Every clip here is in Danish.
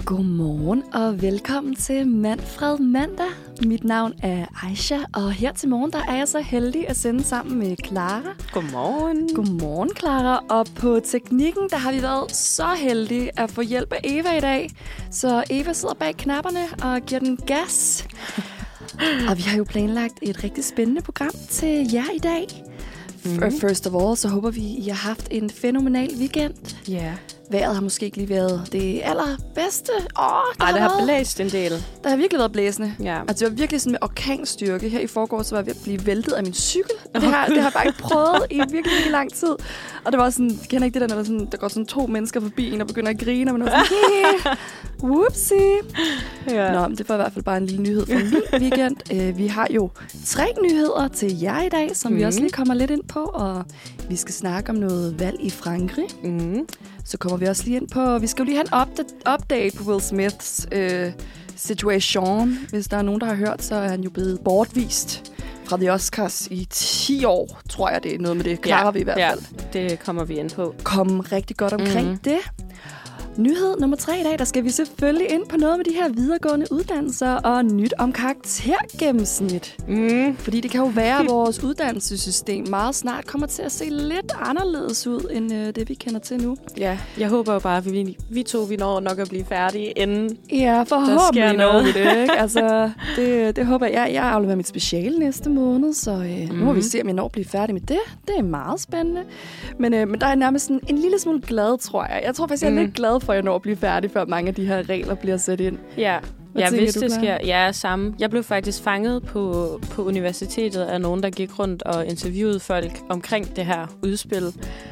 Godmorgen og velkommen til Manfred Mandag. Mit navn er Aisha, og her til morgen der er jeg så heldig at sende sammen med Clara. Godmorgen. Godmorgen, Clara. Og på teknikken, der har vi været så heldige at få hjælp af Eva i dag. Så Eva sidder bag knapperne og giver den gas. Og vi har jo planlagt et rigtig spændende program til jer i dag. First of all, så håber vi, I har haft en fænomenal weekend. Ja. Yeah. Vejret har måske ikke lige været det allerbedste. Det har blæst en del. Der har virkelig været blæsende. Ja. Altså, det var virkelig sådan med orkanstyrke. Her i forgårs så var jeg ved at blive væltet af min cykel. Og det har jeg bare ikke prøvet i virkelig lang tid. Og det var sådan, jeg kender ikke det der, når der går sådan 2 mennesker forbi en og begynder at grine. Og man var sådan, whoopsie. Ja. Nå, men det var i hvert fald bare en lille nyhed fra min weekend. Vi har jo 3 nyheder til jer i dag, som vi også lige kommer lidt ind på. Og vi skal snakke om noget valg i Frankrig. Så kommer vi også lige ind på... Vi skal jo lige have en update på Will Smiths situation. Hvis der er nogen, der har hørt, så er han jo blevet bortvist fra The Oscars i 10 år, tror jeg, det er noget med det. Klarer vi i hvert fald. Ja, det kommer vi ind på. Kom rigtig godt omkring det. Nyhed nummer 3 i dag, der skal vi selvfølgelig ind på noget med de her videregående uddannelser og nyt om karaktergennemsnit. Fordi det kan jo være, at vores uddannelsessystem meget snart kommer til at se lidt anderledes ud, end det vi kender til nu. Ja, jeg håber jo bare, at vi når nok at blive færdige, inden ja, forhåbentlig når vi det, ikke? Altså, det håber jeg. Jeg afleverer mit speciale næste måned, så nu må vi se, om jeg når at blive færdig med det. Det er meget spændende. Men der er nærmest en lille smule glad, tror jeg. Jeg tror faktisk, jeg er lidt glad for, at jeg når at blive færdig, før mange af de her regler bliver sat ind. Ja. Hvis det sker. Ja, samme. Jeg blev faktisk fanget på universitetet af nogen, der gik rundt og interviewede folk omkring det her udspil.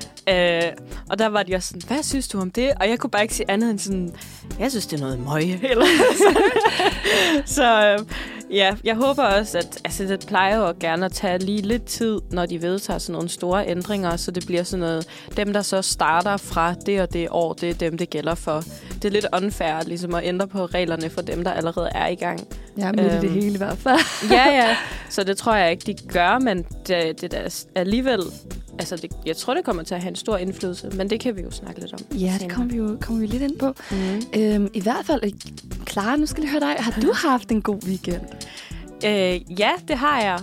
Og der var de også sådan, hvad synes du om det? Og jeg kunne bare ikke sige andet end sådan, jeg synes, det er noget møg. Så jeg håber også, at det plejer jo gerne at tage lige lidt tid, når de vedtager sådan nogle store ændringer, så det bliver sådan noget, dem der så starter fra det og det år, det er dem, det gælder for. Det er lidt unfair ligesom at ændre på reglerne for dem, der allerede er i gang. Ja, midt i det hele i hvert fald. Ja. Så det tror jeg ikke, de gør, men det der alligevel... Altså, jeg tror, det kommer til at have en stor indflydelse, men det kan vi jo snakke lidt om. Ja, det kommer vi lidt ind på. I hvert fald, Clara, nu skal jeg høre dig. Har du haft en god weekend? Ja, det har jeg.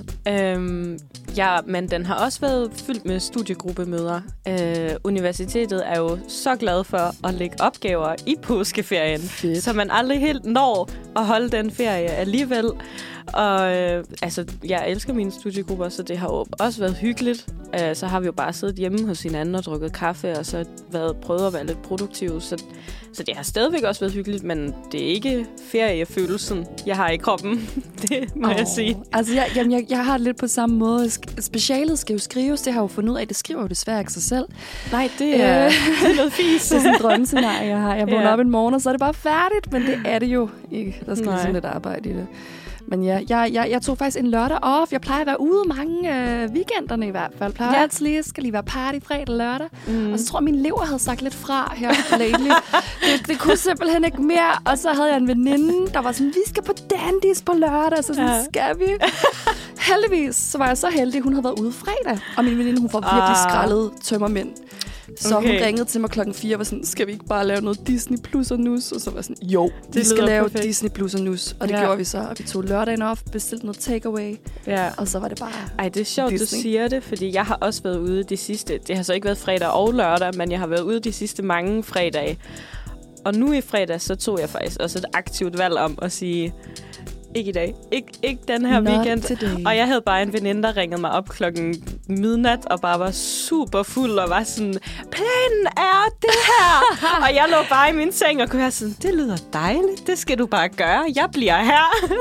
Men den har også været fyldt med studiegruppemøder. Universitetet er jo så glad for at lægge opgaver i påskeferien, så man aldrig helt når at holde den ferie alligevel. Og jeg elsker mine studiegrupper, så det har jo også været hyggeligt. Så har vi jo bare siddet hjemme hos hinanden og drukket kaffe, og så prøvet at være lidt produktive. Så det har stadigvæk også været hyggeligt, men det er ikke feriefølelsen, jeg har i kroppen. Det må jeg sige. Altså, jeg har det lidt på samme måde. Specialet skal jo skrives. Det har jeg jo fundet ud af. Det skriver jo desværre ikke sig selv. Nej, det er noget fis. Det er sådan en drømmescenarie, jeg har. Jeg vågner op en morgen, og så er det bare færdigt. Men det er det jo ikke. Der skal ligesom lidt arbejde i det. Men ja, jeg tog faktisk en lørdag off. Jeg plejer at være ude mange weekenderne i hvert fald. Plejer altid lige, skal lige være party fredag lørdag. Og så tror jeg, min lever havde sagt lidt fra her lately. det kunne simpelthen ikke mere. Og så havde jeg en veninde, der var sådan, vi skal på Dandies på lørdag. Så sådan, skal vi? Heldigvis, så var jeg så heldig, hun havde været ude fredag. Og min veninde, hun får virkelig skrællet tømmermænd. Så hun ringede til mig 4:00 og var sådan, skal vi ikke bare lave noget Disney Plus og Nus? Og så var jeg sådan, jo, vi skal lave perfekt. Disney Plus og Nus. Og det gjorde vi så, og vi tog lørdagen off, bestilte noget takeaway, og så var det bare Ej, det er sjovt, Disney. Du siger det, fordi jeg har også været ude de sidste, det har så ikke været fredag og lørdag, men jeg har været ude de sidste mange fredage. Og nu i fredag, så tog jeg faktisk også et aktivt valg om at sige, ikke i dag. Ikke den her weekend. Today. Og jeg havde bare en veninde, der ringede mig op klokken midnat, og bare var super fuld, og var sådan, planen er det her! Og jeg lå bare i min seng, og kunne være sådan, det lyder dejligt, det skal du bare gøre, jeg bliver her.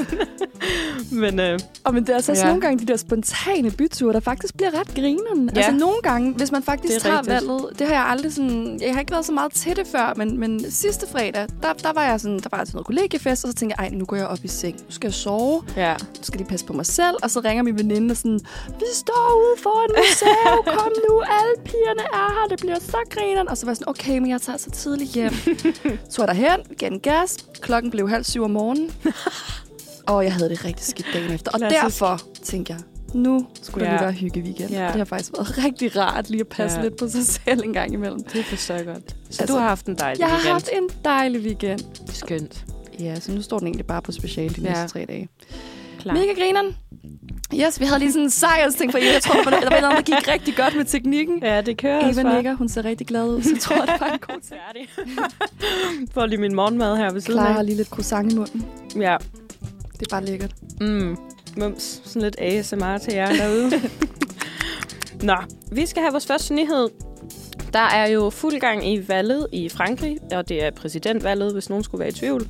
Men det er altså også nogle gange de der spontane byture, der faktisk bliver ret grineren. Ja. Altså nogle gange, hvis man faktisk tager valget, det har jeg aldrig sådan, jeg har ikke været så meget til det før, men sidste fredag, der var jeg sådan, der var altså noget kollegiefest, og så tænkte jeg, nu går jeg op i seng. Nu skal jeg sove. Ja. Nu skal de passe på mig selv. Og så ringer min veninde og sådan, vi står ude foran museet. Kom nu, alle pigerne er her. Det bliver så grineren. Og så var jeg sådan, okay, men jeg tager så tidligt hjem. Så var der hen, gav en gas. Klokken blev 6:30 om morgenen. Og jeg havde det rigtig skidt dagen efter. Og derfor tænkte jeg, nu skulle der lige være hyggeweekend. Ja. Det har faktisk været rigtig rart lige at passe lidt på sig selv en gang imellem. Det forstår jeg godt. Så du har haft en dejlig weekend? Jeg har haft en dejlig weekend. Skønt. Ja, så nu står den egentlig bare på special de næste 3 dage. Klar. Mega grineren. Yes, vi havde lige sådan en sejrsting for Eva. Jeg tror, der var noget, der gik rigtig godt med teknikken. Ja, det kører også. Eva nikker, hun ser rigtig glad ud, så jeg tror, det var en god færdig. Får lige min morgenmad her ved siden af. Klar har lige lidt croissant i munden. Ja. Det er bare lækkert. Mums. Sådan lidt ASMR til jer derude. Nå, vi skal have vores første nyhed. Der er jo fuld gang i valget i Frankrig, og det er præsidentvalget, hvis nogen skulle være i tvivl.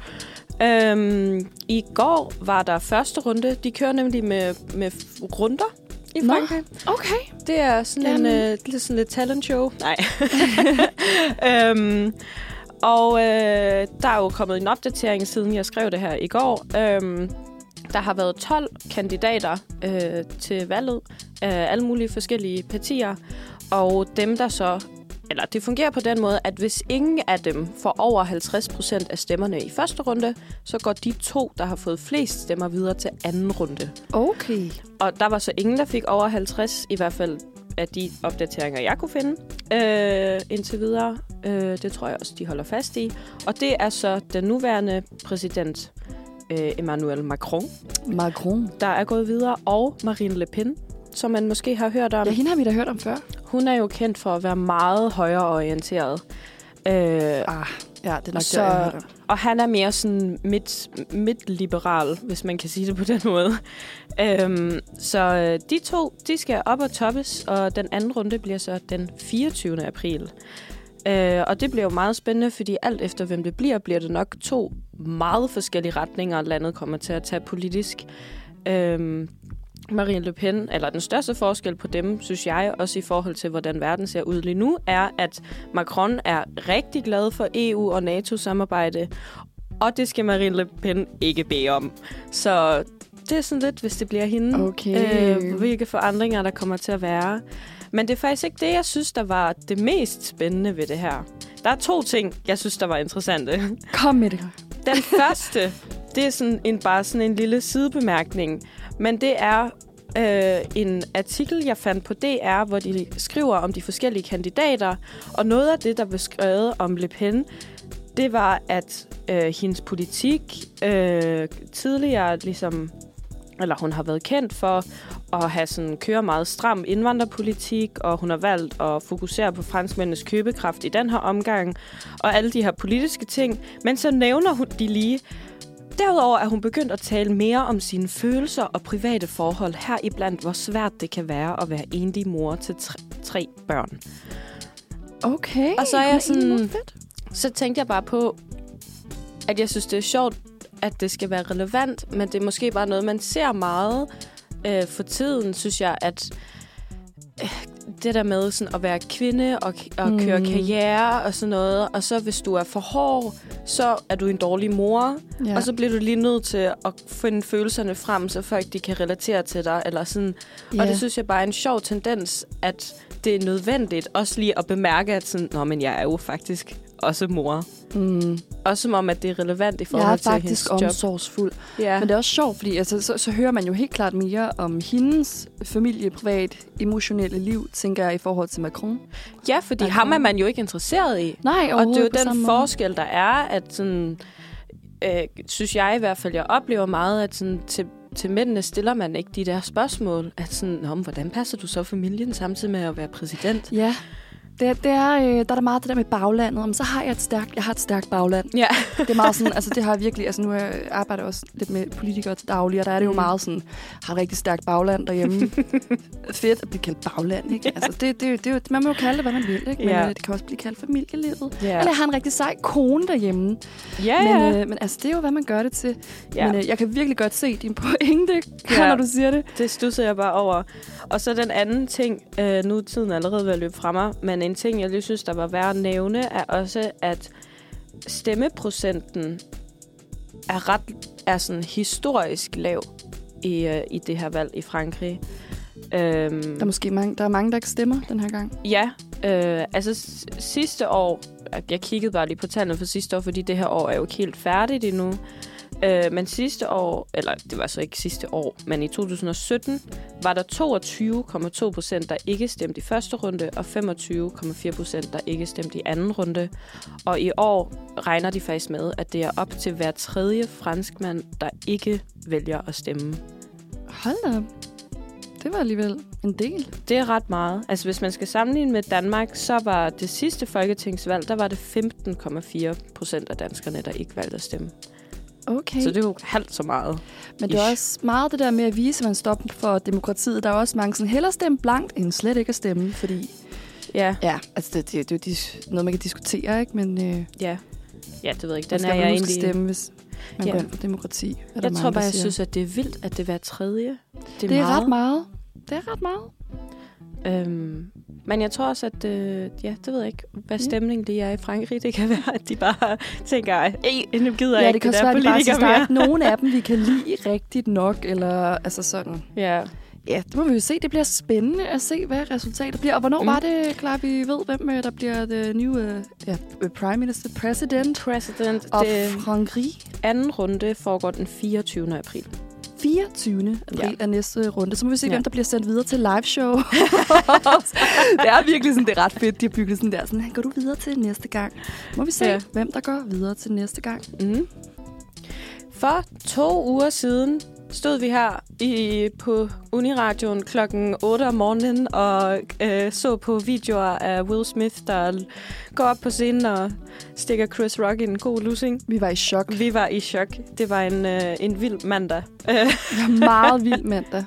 I går var der første runde. De kører nemlig med runder i Frankrig. Okay. Det er sådan sådan lidt talent show. Nej. Der er jo kommet en opdatering, siden jeg skrev det her i går. Der har været 12 kandidater til valget af alle mulige forskellige partier. Og dem, der så... Eller det fungerer på den måde, at hvis ingen af dem får over 50% af stemmerne i første runde, så går de 2, der har fået flest stemmer, videre til anden runde. Okay. Og der var så ingen, der fik over 50, i hvert fald af de opdateringer, jeg kunne finde indtil videre. Det tror jeg også, de holder fast i. Og det er så den nuværende præsident, Emmanuel Macron, der er gået videre, og Marine Le Pen, som man måske har hørt om. Ja, hende har vi da hørt om før. Hun er jo kendt for at være meget højreorienteret. Ja, det er nok der, jeg har hørt. Og han er mere sådan midt-liberal, hvis man kan sige det på den måde. Så de 2, de skal op og toppes, og den anden runde bliver så den 24. april. Og det bliver jo meget spændende, fordi alt efter hvem det bliver det nok 2 meget forskellige retninger, landet kommer til at tage politisk. Marine Le Pen, eller den største forskel på dem, synes jeg, også i forhold til, hvordan verden ser ud lige nu, er, at Macron er rigtig glad for EU og NATO-samarbejde, og det skal Marine Le Pen ikke bede om. Så det er sådan lidt, hvis det bliver hende, hvilke forandringer der kommer til at være. Men det er faktisk ikke det, jeg synes, der var det mest spændende ved det her. Der er 2 ting, jeg synes, der var interessante. Kom med det. Den første, det er sådan en lille sidebemærkning, men det er en artikel, jeg fandt på DR, hvor de skriver om de forskellige kandidater, og noget af det, der blev skrevet om Le Pen, det var, at hendes politik tidligere ligesom, eller hun har været kendt for at have køre meget stram indvandrerpolitik, og hun har valgt at fokusere på franskmændenes købekraft i den her omgang, og alle de her politiske ting. Men så nævner hun de lige. Derudover er hun begyndt at tale mere om sine følelser og private forhold, heriblandt hvor svært det kan være at være enlig mor til 3 børn. Okay. Og så er jeg så tænkte jeg bare på, at jeg synes, det er sjovt, at det skal være relevant, men det er måske bare noget, man ser meget for tiden, synes jeg, at det der med sådan at være kvinde og køre karriere og sådan noget, og så hvis du er for hård, så er du en dårlig mor, og så bliver du lige nødt til at finde følelserne frem, så folk de kan relatere til dig, eller sådan. Og det synes jeg bare er en sjov tendens, at det er nødvendigt også lige at bemærke, at sådan, nå, men jeg er jo faktisk også mor. Også som om, at det er relevant i forhold til hendes job. Jeg er faktisk omsorgsfuld. Ja. Men det er også sjovt, fordi altså, så hører man jo helt klart mere om hendes familie, privat, emotionelle liv, tænker jeg, i forhold til Macron. Ja, fordi ham er man jo ikke interesseret i. Nej, og det er jo den forskel, der er, at sådan, synes jeg i hvert fald, jeg oplever meget, at sådan, til mændene stiller man ikke de der spørgsmål, at sådan, hvordan passer du så familien samtidig med at være præsident? Ja. Der er meget det der med baglandet. Om så har jeg et stærkt bagland. Ja. Det er meget sådan, altså det har jeg virkelig, altså nu arbejder jeg også lidt med politikere til daglig, og der er det jo meget sådan, har et rigtig stærkt bagland derhjemme. Fedt at blive kaldt bagland, ikke? Altså det, man må jo kalde det, hvad man vil, ikke? Men det kan også blive kaldt familielivet. Yeah. Eller har en rigtig sej kone derhjemme. Yeah. Men altså, det er jo, hvad man gør det til. Yeah. Men jeg kan virkelig godt se din pointe, når du siger det. Det stusser jeg bare over. Og så den anden ting, nu er tiden allerede ved at løbe fra mig, men en ting, jeg lige synes, der var værd at nævne, er også, at stemmeprocenten er sådan historisk lav i det her valg i Frankrig. Der er mange, der ikke stemmer den her gang. Ja, altså sidste år, jeg kiggede bare lige på tallene for sidste år, fordi det her år er jo ikke helt færdigt endnu. Men sidste år, eller det var så ikke sidste år, men i 2017 var der 22,2%, der ikke stemte i første runde, og 25,4%, der ikke stemte i anden runde. Og i år regner de faktisk med, at det er op til hver tredje franskmand, der ikke vælger at stemme. Hold da. Det var alligevel en del. Det er ret meget. Altså, hvis man skal sammenligne med Danmark, så var det sidste folketingsvalg, der var det 15,4% af danskerne, der ikke valgte at stemme. Okay. Så det er jo halvt så meget. Men det er også meget det der med at vise, at man stopper for demokratiet. Der er også mange sådan, hellere stemme blankt, end slet ikke at stemme, fordi... Ja. Ja, altså det er jo noget, man kan diskutere, ikke? Men ja, det ved jeg ikke. Den er jeg egentlig... stemme, hvis man går ind for demokrati. Jeg tror bare, jeg synes, at det er vildt, at det er hver tredje. Det er ret meget. Det er ret meget. Men jeg tror også, at det ved jeg ikke, hvad stemningen det er i Frankrig. Det kan være, at de bare tænker, nu gider jeg ikke det der politikere mere. Ja, det kan bare nogle af dem, vi kan lide rigtigt nok, eller altså sådan. Ja. Ja, det må vi jo se. Det bliver spændende at se, hvad resultatet bliver. Og hvornår var det, klar, vi ved, hvem der bliver the new prime minister, president of Frankrig? Anden runde foregår den 24. april. 24. april er næste runde. Så må vi se, hvem der bliver sendt videre til live show. Det er virkelig sådan, det er ret fedt. De har bygget sådan der, sådan, går du videre til næste gang? Må vi se, hvem der går videre til næste gang. Mm. For 2 uger siden stod vi her på Uniradioen klokken 8 om morgenen og så på videoer af Will Smith, der går op på scenen og stikker Chris Rock i en god lussing. Vi var i chok. Det var en vild mandag. Meget vild mandag.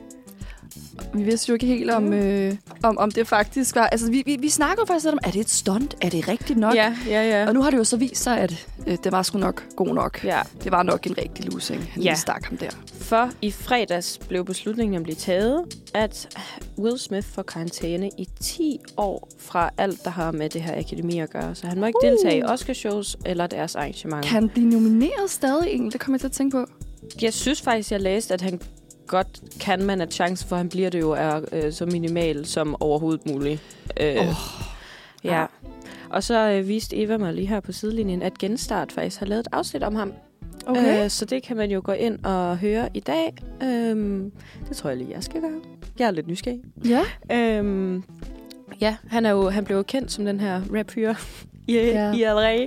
Vi vidste jo ikke helt om det faktisk var... Altså, vi snakkede faktisk om, er det et stunt? Er det rigtigt nok? Ja. Og nu har det jo så vist sig, at det var sgu nok god nok. Ja. Det var nok en rigtig losing. Han stak ham der. For i fredags blev beslutningen nemlig taget, at Will Smith får karantæne i 10 år fra alt, der har med det her akademi at gøre. Så han må ikke deltage i Oscar-shows eller deres arrangementer. Kan han blive nomineret stadig egentlig? Det kommer jeg til at tænke på. Jeg synes faktisk, jeg læste, at han godt kan, man, at chancen for, at han bliver det jo er så minimal som overhovedet muligt. Ja. Og så viste Eva mig lige her på sidelinjen, at Genstart faktisk har lavet et afsnit om ham. Okay. Så det kan man jo gå ind og høre i dag. Det tror jeg lige, jeg skal gøre. Jeg er lidt nysgerrig. Ja. Han blev jo kendt som den her rap-fyr i LA.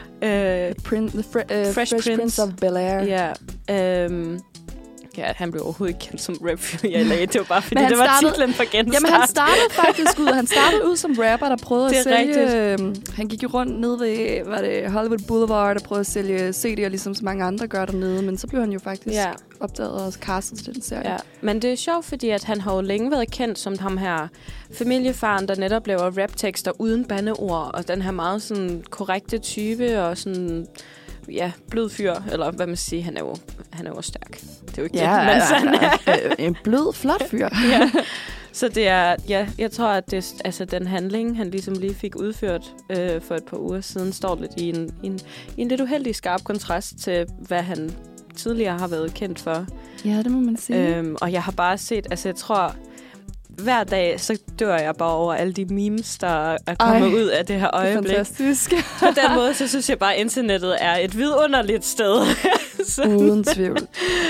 Fresh Prince of Bel-Air. Ja. Ja, han blev overhovedet ikke kendt som rapper i LA. Det var bare fordi, det var titlen for Genstart. Jamen, han startede ud som rapper, der prøvede at sælge... Han gik jo rundt nede ved Hollywood Boulevard og prøvede at sælge CD'er, ligesom så mange andre gør dernede. Men så blev han jo faktisk opdaget og castet til den serie. Ja. Men det er sjovt, fordi at han har jo længe været kendt som ham her familiefaren, der netop laver raptekster uden bandeord, og den her meget sådan korrekte type og sådan... Ja, blød fyr, eller hvad man siger, han er jo stærk. Det er jo ikke det, men sådan en blød, flot fyr. Ja. Så det er, jeg tror, at det, altså, den handling, han ligesom lige fik udført for et par uger siden, står lidt i en lidt uheldig skarp kontrast til, hvad han tidligere har været kendt for. Ja, det må man sige. Og jeg har bare set, altså jeg tror... Hver dag, så dør jeg bare over alle de memes, der er kommet ud af det her øjeblik. Det er fantastisk. På den måde, så synes jeg bare, at internettet er et vidunderligt sted. Uden tvivl.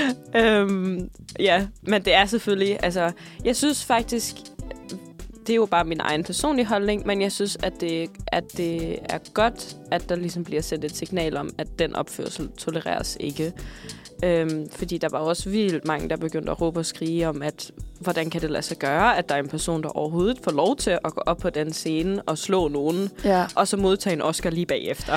Ja, men det er selvfølgelig... Altså, jeg synes faktisk... Det er jo bare min egen personlige holdning, men jeg synes, at det er godt, at der ligesom bliver sendt et signal om, at den opførsel tolereres ikke. Fordi der var også vildt mange, der begyndte at råbe og skrige om, at hvordan kan det lade sig gøre, at der er en person, der overhovedet får lov til at gå op på den scene og slå nogen, og så modtage en Oscar lige bagefter.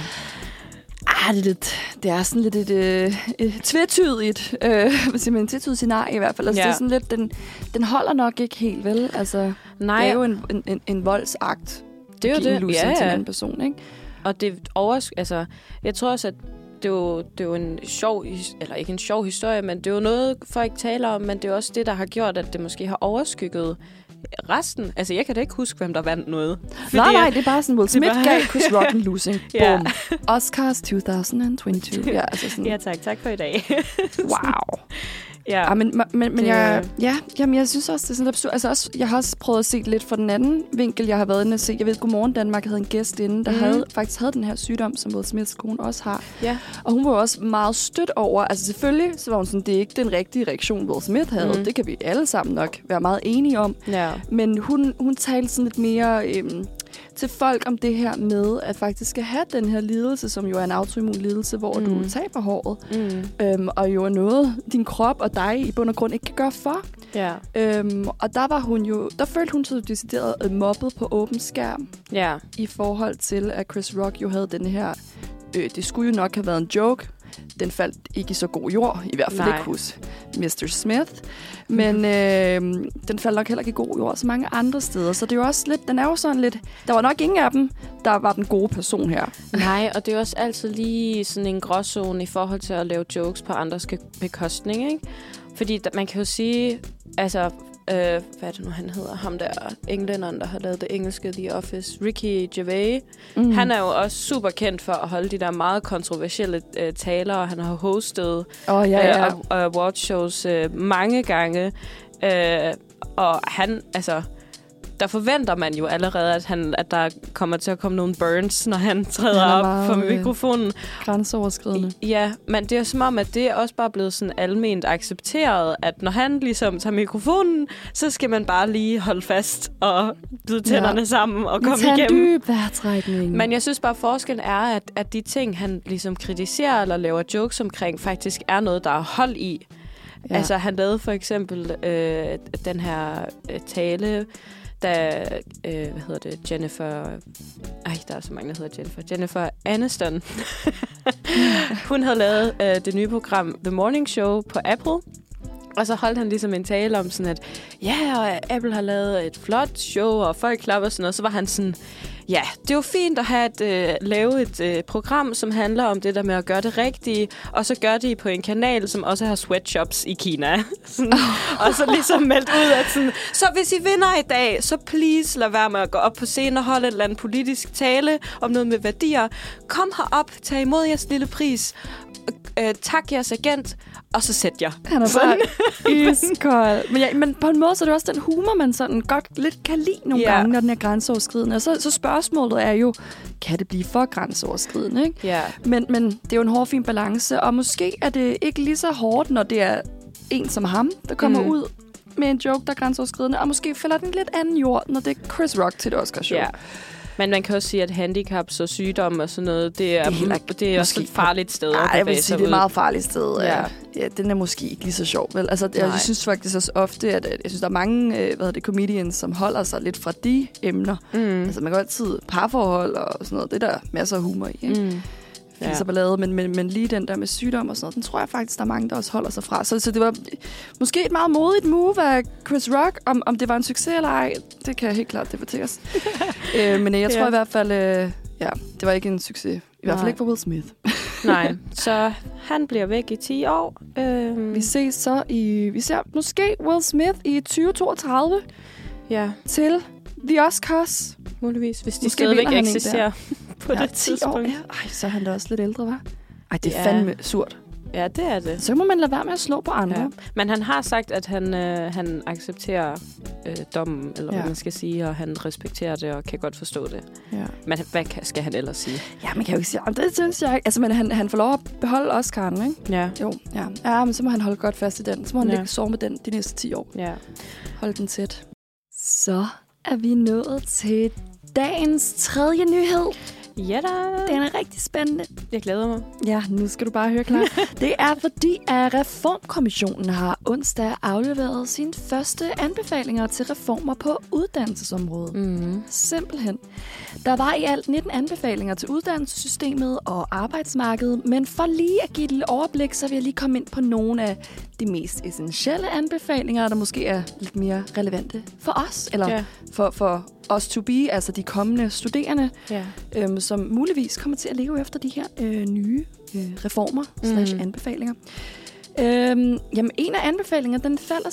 Det er sådan lidt et tvetydigt, en tvetydigt scenarie i hvert fald. Altså, det er sådan lidt, den holder nok ikke helt, vel? Altså, nej. Det er jo en voldsakt. Det er jo det. Til en person, ikke? Og det altså, jeg tror også, at det er jo en sjov, eller ikke en sjov historie, men det er jo noget, folk taler om, men det er også det, der har gjort, at det måske har overskygget resten. Altså, jeg kan da ikke huske, hvem der vandt noget. Nej, det er bare sådan, Will Smith gav Chris Rock en losing. Boom. Oscars 2022. Ja, altså sådan. Ja, tak for i dag. Wow. Ja. Men jeg synes også, det er sådan absurd. Altså også, jeg har også prøvet at se lidt fra den anden vinkel, jeg har været inde og se. Jeg ved, Godmorgen Danmark havde en gæst inde, der faktisk havde den her sygdom, som Will Smiths kone også har. Ja. Og hun var også meget stødt over. Altså selvfølgelig, så var hun sådan, det er ikke den rigtige reaktion, Will Smith havde. Det kan vi alle sammen nok være meget enige om. Ja. Men hun talte sådan lidt mere til folk om det her med, at faktisk skal have den her lidelse, som jo er en autoimmun lidelse, hvor du taber håret. Og jo er noget, din krop og dig i bund og grund ikke kan gøre for. Ja. Og der følte hun sig decideret mobbet på åben skærm. Ja. I forhold til, at Chris Rock jo havde den her, det skulle jo nok have været en joke. Den faldt ikke i så god jord, i hvert fald ikke hos Mr. Smith. Men den faldt nok heller ikke i god jord så mange andre steder. Så det er jo også lidt, den er jo sådan lidt, der var nok ingen af dem, der var den gode person her. Nej, og det er også altid lige sådan en gråzone i forhold til at lave jokes på andres bekostning, ikke? Fordi man kan jo sige, altså, hvad er det nu, han hedder? Ham der englænderen, der har lavet det engelske The Office. Ricky Gervais. Han er jo også super kendt for at holde de der meget kontroversielle taler, og han har hostet awardshows mange gange. Og han, altså, der forventer man jo allerede, at der kommer til at komme nogle burns, når han træder op på mikrofonen. Grænseoverskridende. Ja, men det er som om, at det er også bare blevet sådan alment accepteret, at når han ligesom tager mikrofonen, så skal man bare lige holde fast og bide tænderne sammen og komme igennem. Dyb vejrtrækning. Men jeg synes bare, forskellen er, at de ting, han ligesom kritiserer eller laver jokes omkring, faktisk er noget, der er hold i. Ja. Altså, han lavede for eksempel den her tale, da, Jennifer... der er så mange, der hedder Jennifer Aniston. Hun havde lavet det nye program The Morning Show på Apple. Og så holdt han ligesom en tale om sådan, at og Apple har lavet et flot show, og folk klapper og sådan noget. Så var han sådan, det er jo fint at have lave et program, som handler om det der med at gøre det rigtige, og så gør de på en kanal, som også har sweatshops i Kina. Og så ligesom meldt ud, at sådan, så hvis I vinder i dag, så please lad være med at gå op på scenen og holde et eller andet politisk tale om noget med værdier. Kom herop, tag imod jeres lille pris, tak jeres agent, og så sæt jer. Han er bare iskold. Men på en måde, så er det også den humor, man sådan godt lidt kan lide nogle gange, når den er grænseoverskridende. Og så spørgsmålet er jo, kan det blive for grænseoverskridende, ikke? Yeah. Men det er jo en hård, fin balance, og måske er det ikke lige så hårdt, når det er en som ham, der kommer ud med en joke, der er grænseoverskridende, og måske falder den lidt anden jord, når det er Chris Rock til et Oscar-show. Yeah. Men man kan også sige, at handicaps og sygdom og sådan noget, det er også et farligt sted. Nej, jeg vil sige, det er et meget farligt sted. Ja, den er måske ikke lige så sjov, vel? Altså, jeg synes faktisk også ofte, at jeg synes, der er mange comedians, som holder sig lidt fra de emner. Altså, man kan altid parforhold og sådan noget. Det er der masser af humor i, ikke? Så ballade, men lige den der med sygdom og sådan noget, den tror jeg faktisk, der er mange, der også holder sig fra. Så det var måske et meget modigt move af Chris Rock. Om det var en succes eller ej, det kan jeg helt klart debatteres. Men jeg tror i hvert fald, det var ikke en succes. I hvert fald ikke for Will Smith. Nej, så han bliver væk i 10 år. Vi ser måske Will Smith i 2032 til The Oscars. Muligvis, hvis de stadigvæk eksisterer på det 10 år. Ja. Ej, så er han da også lidt ældre, hva'? Ej, det er fandme surt. Ja, det er det. Så må man lade være med at slå på andre. Ja. Men han har sagt, at han accepterer dommen, eller hvad man skal sige, og han respekterer det og kan godt forstå det. Ja. Men hvad skal han ellers sige? Ja, man kan jo ikke sige, det synes jeg ikke. Altså, men han får lov at beholde Oscar'en, ikke? Ja. Jo, ja. Ja, men så må han holde godt fast i den. Så må han ikke sove med den de næste 10 år. Ja. Hold den tæt. Så er vi nået til dagens 3. nyhed. Ja da. Den er rigtig spændende. Jeg glæder mig. Ja, nu skal du bare høre klar. Det er fordi, at Reformkommissionen har onsdag afleveret sine første anbefalinger til reformer på uddannelsesområdet. Simpelthen. Der var i alt 19 anbefalinger til uddannelsessystemet og arbejdsmarkedet, men for lige at give et lille overblik, så vil jeg lige komme ind på nogle af de mest essentielle anbefalinger, der måske er lidt mere relevante for os, eller for os to be, altså de kommende studerende, som muligvis kommer til at leve efter de her nye reformer /anbefalinger. Jamen, en af anbefalingerne,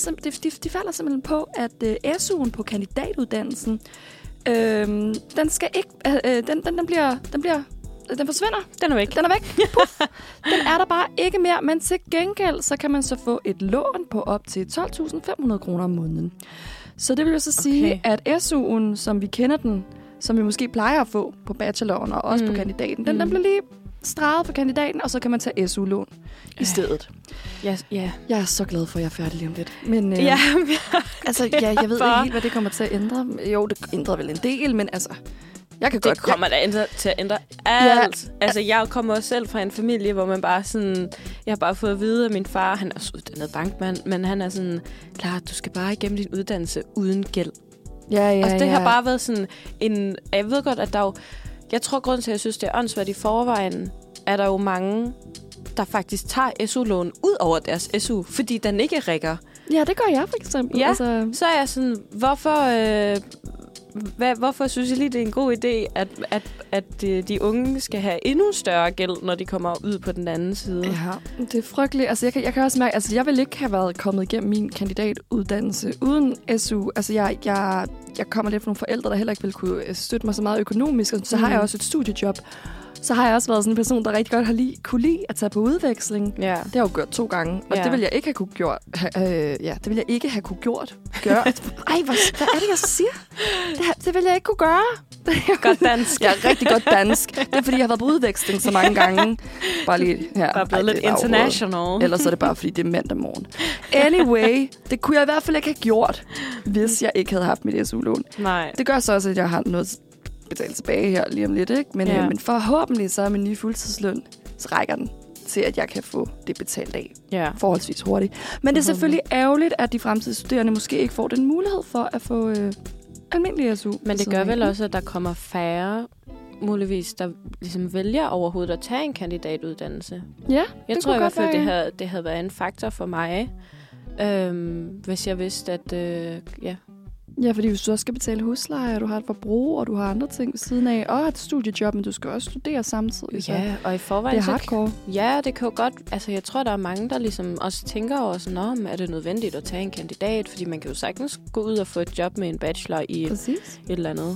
de falder simpelthen på, at SU'en på kandidatuddannelsen, den skal ikke, den bliver Den forsvinder. Den er væk. Den er væk. Puff. Den er der bare ikke mere. Men til gengæld, så kan man så få et lån på op til 12.500 kroner om måneden. Så det vil jo så sige, at SU'en, som vi kender den, som vi måske plejer at få på bacheloren og også på kandidaten, den bliver lige streget på kandidaten, og så kan man tage SU-lån i stedet. Ja. Jeg er så glad for, at jeg er færdig lige om lidt. Men jeg ved ikke helt, hvad det kommer til at ændre. Jo, det ændrer vel en del, men altså... Det kommer da til at ændre alt. Ja. Altså, jeg kommer også selv fra en familie, hvor man bare sådan... Jeg har bare fået at vide af min far, han er også uddannet bankmand, men han er sådan, klar, du skal bare igennem din uddannelse uden gæld. Altså, det har bare været sådan en... Jeg ved godt, at der jo... Jeg tror, grunden til, at jeg synes, det er åndssvagt i forvejen, er der jo mange, der faktisk tager SU-lån ud over deres SU, fordi den ikke rækker. Ja, det gør jeg for eksempel. Ja, altså... så er jeg sådan, hvorfor synes jeg lige, det er en god idé, at de unge skal have endnu større gæld, når de kommer ud på den anden side? Ja, det er frygteligt. Altså, jeg kan også mærke, altså, jeg vil ikke have været kommet igennem min kandidatuddannelse uden SU. Altså, jeg kommer lidt fra nogle forældre, der heller ikke ville kunne støtte mig så meget økonomisk, og så har jeg også et studiejob. Så har jeg også været sådan en person, der rigtig godt kunne lide at tage på udveksling. Ja. Det har jeg jo gjort 2 gange, og det vil jeg ikke have kunne gjort. Det vil jeg ikke have kunne gjort. Ej, hvad er det, jeg siger? Det vil jeg ikke kunne gøre. Godt dansk. Ja, rigtig godt dansk. Det er, fordi jeg har været på udveksling så mange gange. Bare lige her. Bare blevet lidt international. Ellers er det bare, fordi det er mandag morgen. Anyway, det kunne jeg i hvert fald ikke have gjort, hvis jeg ikke havde haft mit SU-lån. Nej. Det gør så også, at jeg har noget betale tilbage her lige om lidt, ikke? Men forhåbentlig så er min nye fuldtidsløn, så rækker den til, at jeg kan få det betalt af forholdsvis hurtigt. Men det er selvfølgelig ærgerligt, at de fremtidige studerende måske ikke får den mulighed for at få almindelig SU. Men det gør vel også, at der kommer færre, muligvis, der ligesom vælger overhovedet at tage en kandidatuddannelse. Ja, jeg tror i hvert fald, det havde været en faktor for mig, hvis jeg vidste, at Ja, fordi hvis du også skal betale husleje, og du har et forbrug, og du har andre ting ved siden af, og et studiejob, men du skal også studere samtidig. Ja, og i forvejen... Det er hardcore. Ja, det kan jo godt... Altså, jeg tror, der er mange, der ligesom også tænker over sådan, er det nødvendigt at tage en kandidat? Fordi man kan jo sagtens gå ud og få et job med en bachelor i et eller andet.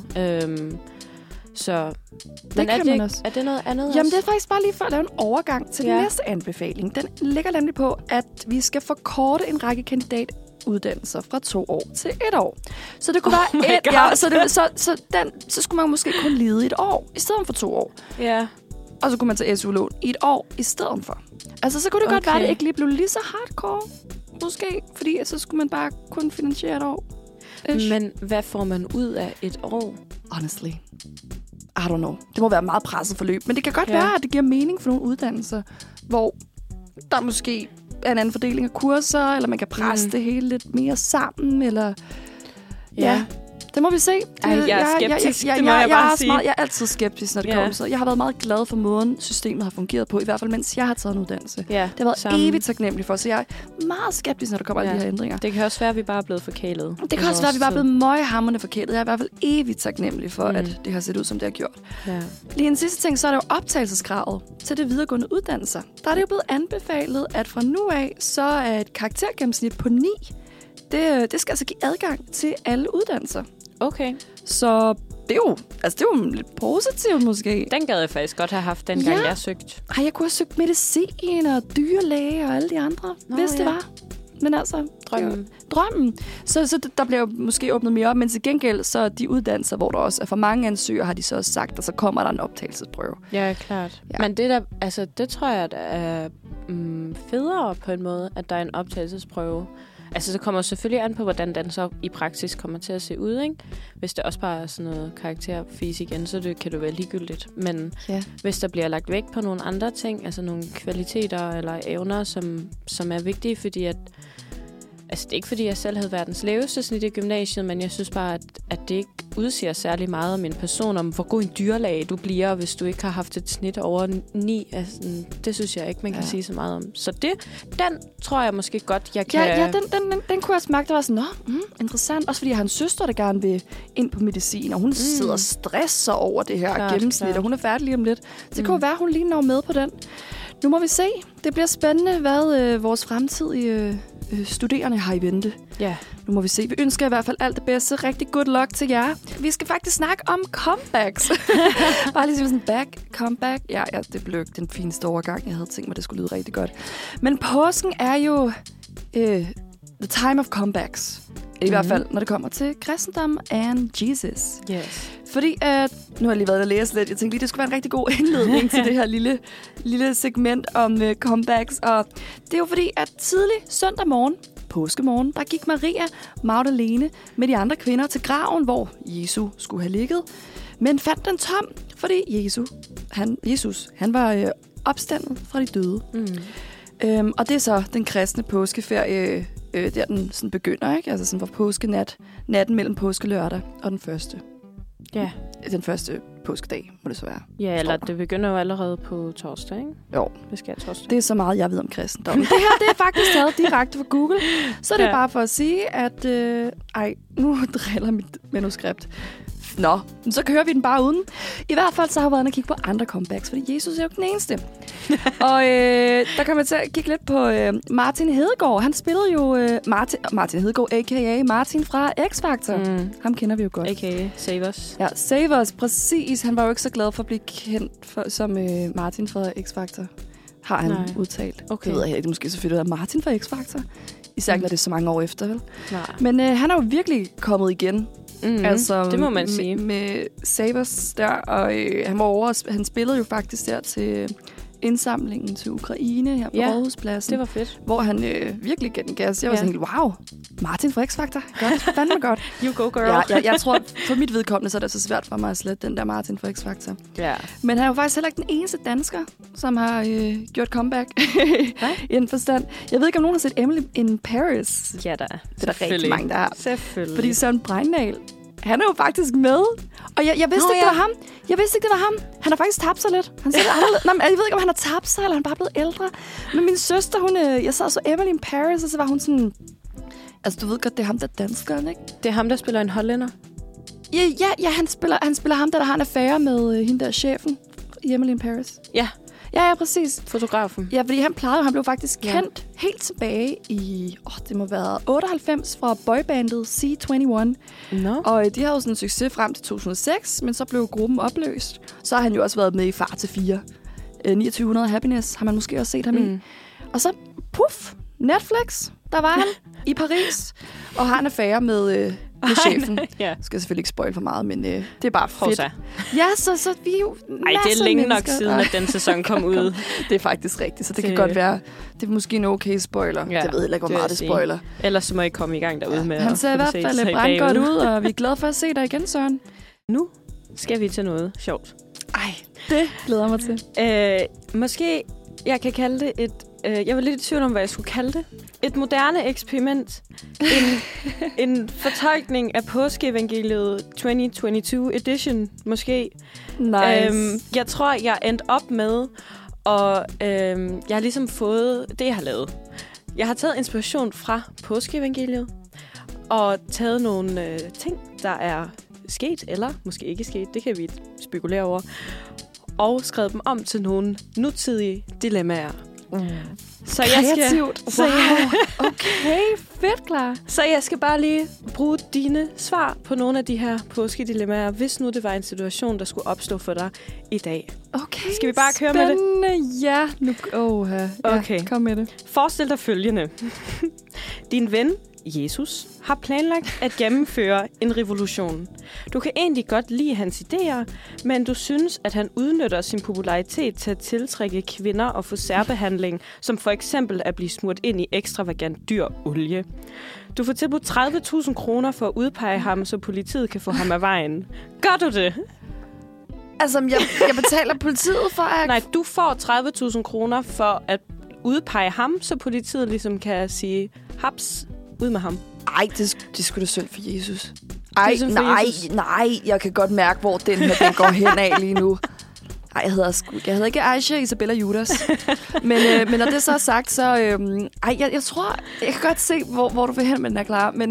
Så... Men er det noget andet? Jamen, det er faktisk bare lige for at lave en overgang til den næste anbefaling. Den ligger nemlig på, at vi skal forkorte en række kandidatuddannelser fra 2 år til 1 år. Så det kunne være så skulle man måske kun lide 1 år i stedet for 2 år. Ja. Og så kunne man tage SU-lån i 1 år i stedet for. Altså, så kunne det godt være, at det ikke lige blev lige så hardcore, måske. Fordi så skulle man bare kun finansiere 1 år. Men hvad får man ud af 1 år? Honestly. I don't know. Det må være et meget presset forløb. Men det kan godt være, at det giver mening for nogle uddannelser, hvor der måske er en anden fordeling af kurser, eller man kan presse det hele lidt mere sammen, eller... Ja. Det må vi se. Jeg er skeptisk, det må jeg bare sige. Jeg er altid skeptisk, når det kommer så. Jeg har været meget glad for måden, systemet har fungeret på, i hvert fald mens jeg har taget en uddannelse. Ja, det har været evigt taknemmelig for, så jeg er meget skeptisk, når der kommer alle de her ændringer. Det kan også være, at vi bare er blevet forkælet. Det kan også være, at vi bare er blevet møghamrende forkælet. Jeg er i hvert fald evigt taknemmelig for, at det har set ud, som det har gjort. Ja. Lige en sidste ting, så er det jo optagelseskravet til det videregående uddannelser. Der er det jo blevet anbefalet, at fra nu af, så er et karaktergennemsnit på 9. Det skal altså give adgang til alle uddannelser. Okay. Så det er jo lidt positivt måske. Den gad jeg faktisk godt have haft, dengang jeg søgte. Jeg kunne have søgt medicin og dyrlæge og alle de andre, hvis det var. Men altså, drømmen. Så der bliver jo måske åbnet mere op, men til gengæld, så de uddannelser, hvor der også er for mange ansøgere, har de så også sagt, og så kommer der en optagelsesprøve. Ja, klart. Ja. Men det tror jeg, der er federe på en måde, at der er en optagelsesprøve. Altså, så kommer selvfølgelig an på, hvordan den så i praksis kommer til at se ud, ikke? Hvis det også bare er sådan noget karakterfis igen, så kan det være ligegyldigt. Men hvis der bliver lagt vægt på nogle andre ting, altså nogle kvaliteter eller evner, som er vigtige, fordi at... Altså, det er ikke, fordi jeg selv havde verdens laveste snit i gymnasiet, men jeg synes bare, at det ikke udsiger særlig meget om en person, om hvor god en dyrlæge du bliver, hvis du ikke har haft et snit over 9. Altså, det synes jeg ikke, man kan sige så meget om. Så den tror jeg måske godt, jeg kan... Ja, den kunne jeg smage, der var sådan, interessant. Også fordi jeg har en søster, der gerne vil ind på medicin, og hun sidder og stresser over det her gennemsnit, og hun er færdig lige om lidt. Så det kunne være, hun lige når med på den. Nu må vi se. Det bliver spændende, hvad vores fremtidige studerende har i vente. Ja. Nu må vi se. Vi ønsker i hvert fald alt det bedste. Rigtig good luck til jer. Vi skal faktisk snakke om comebacks. Bare lige sådan comeback. Ja, det blev den fineste overgang. Jeg havde tænkt mig, det skulle lyde rigtig godt. Men påsken er jo the time of comebacks. I hvert fald, når det kommer til kristendom and Jesus. Yes. Fordi, nu har jeg lige været og læse lidt. Jeg tænkte lige, det skulle være en rigtig god indledning til det her lille segment om comebacks. Og det er jo fordi, at tidlig søndag morgen, påskemorgen, der gik Maria Magdalene med de andre kvinder til graven, hvor Jesus skulle have ligget. Men fandt den tom, fordi Jesus var opstandet fra de døde. Og det er så den kristne påskeferie, der den sådan begynder, ikke? Altså sådan fra påskenat, natten mellem påskelørdag og den første. Ja. Den første påskedag, må det så være. Ja, eller det begynder jo allerede på torsdag, ikke? Jo. Det skal jeg torsdag. Det er så meget, jeg ved om kristendom. Det her, det er faktisk taget direkte fra Google. Så det er bare for at sige, at... nu driller mit manuskript. Nå, så kører vi den bare uden. I hvert fald så har jeg været inde og kigge på andre comebacks, fordi Jesus er jo den eneste. Og der kan man til at kigge lidt på Martin Hedegaard. Han spillede jo Martin Hedegaard, a.k.a. Martin fra X-Factor. Ham kender vi jo godt. A.k.a. Save Us. Ja, Save Us, præcis. Han var jo ikke så glad for at blive kendt som Martin fra X-Factor. Har han udtalt. Okay. Det ved jeg ikke. Måske selvfølgelig er Martin fra X-Factor. Især når det er så mange år efter, vel? Nej. Men han er jo virkelig kommet igen. Altså, det må man sige. Med Savers der, og han spillede jo faktisk der til indsamlingen til Ukraine her på Rådhuspladsen. Det var fedt. Hvor han virkelig gav den gas. Jeg var sådan helt, wow, Martin fra X-Factor. Godt, fandme godt. You go, girl. Ja, jeg tror, for mit vedkommende, så er det så svært for mig at slette den der Martin fra X-Factor. Ja. Men han er jo faktisk heller ikke den eneste dansker, som har gjort comeback i en forstand. Jeg ved ikke, om nogen har set Emily in Paris. Ja, der. Det er der rigtig mange, der har. Selvfølgelig. Fordi Søren Breindal, han er jo faktisk med. Og jeg vidste ikke, det var ham. Jeg vidste ikke, det var ham. Han har faktisk tabt sig lidt. Han ser lidt anderledes. Nej, jeg ved ikke, om han har tabt sig, eller han er bare blevet ældre. Men min søster, jeg sad så Emily in Paris, og så var hun sådan... Altså, du ved godt, det er ham, der er danskeren, ikke? Det er ham, der spiller en hollænder? Ja, han spiller ham, der har en affære med hende der chefen i Emily in Paris. Ja. Ja, præcis. Fotografen. Ja, fordi han blev faktisk kendt helt tilbage i, det må være 98 fra boybandet C21. No. Og de havde jo sådan en succes frem til 2006, men så blev gruppen opløst. Så har han jo også været med i Far til 4. 2900 Happiness har man måske også set ham i. Og så, Netflix, der var han i Paris, og har en affære med chefen. Jeg skal selvfølgelig ikke spoil for meget, men det er bare fedt. Ja, så vi er jo det er længe nok siden, at den sæson kom ud. Det er faktisk rigtigt, så det kan godt være, det er måske en okay spoiler. Ja, jeg ved heller ikke, hvor meget det spoiler. Ellers så må I komme i gang derude med han ser i hvert fald brandgodt ud, og vi er glade for at se dig igen, Søren. Nu skal vi til noget sjovt. Det glæder mig til. Måske jeg kan kalde det et... Jeg var lidt i tvivl om, hvad jeg skulle kalde det. Et moderne eksperiment. En fortolkning af påskeevangeliet 2022 edition, måske. Nice. Jeg tror, jeg endte op med, og jeg har ligesom fået det, jeg har lavet. Jeg har taget inspiration fra påskeevangeliet, og taget nogle ting, der er sket, eller måske ikke sket. Det kan vi spekulere over. Og skrevet dem om til nogle nutidige dilemmaer. Så kreativt. Wow. Okay, fedt, klar. Så jeg skal bare lige bruge dine svar på nogle af de her påskedilemmaer, hvis nu det var en situation, der skulle opstå for dig i dag. Okay, skal vi bare køre med det? Ja. Okay, kom med det. Forestil dig følgende. Din ven, Jesus, har planlagt at gennemføre en revolution. Du kan egentlig godt lide hans idéer, men du synes, at han udnytter sin popularitet til at tiltrække kvinder og få særbehandling, som for eksempel at blive smurt ind i ekstravagant dyr olie. Du får tilbudt 30.000 kroner for at udpege ham, så politiet kan få ham af vejen. Gør du det? Altså, jeg betaler politiet for at... Nej, du får 30.000 kroner for at udpege ham, så politiet ligesom kan sige, haps, ud med ham. Ej, det skulle da synd for Jesus. Nej, jeg kan godt mærke, hvor den går hen af lige nu. Ej, jeg hedder ikke Aisha Isabella Judas. men når det så er sagt, så... jeg tror... Jeg kan godt se, hvor du vil hen med den er klar. Men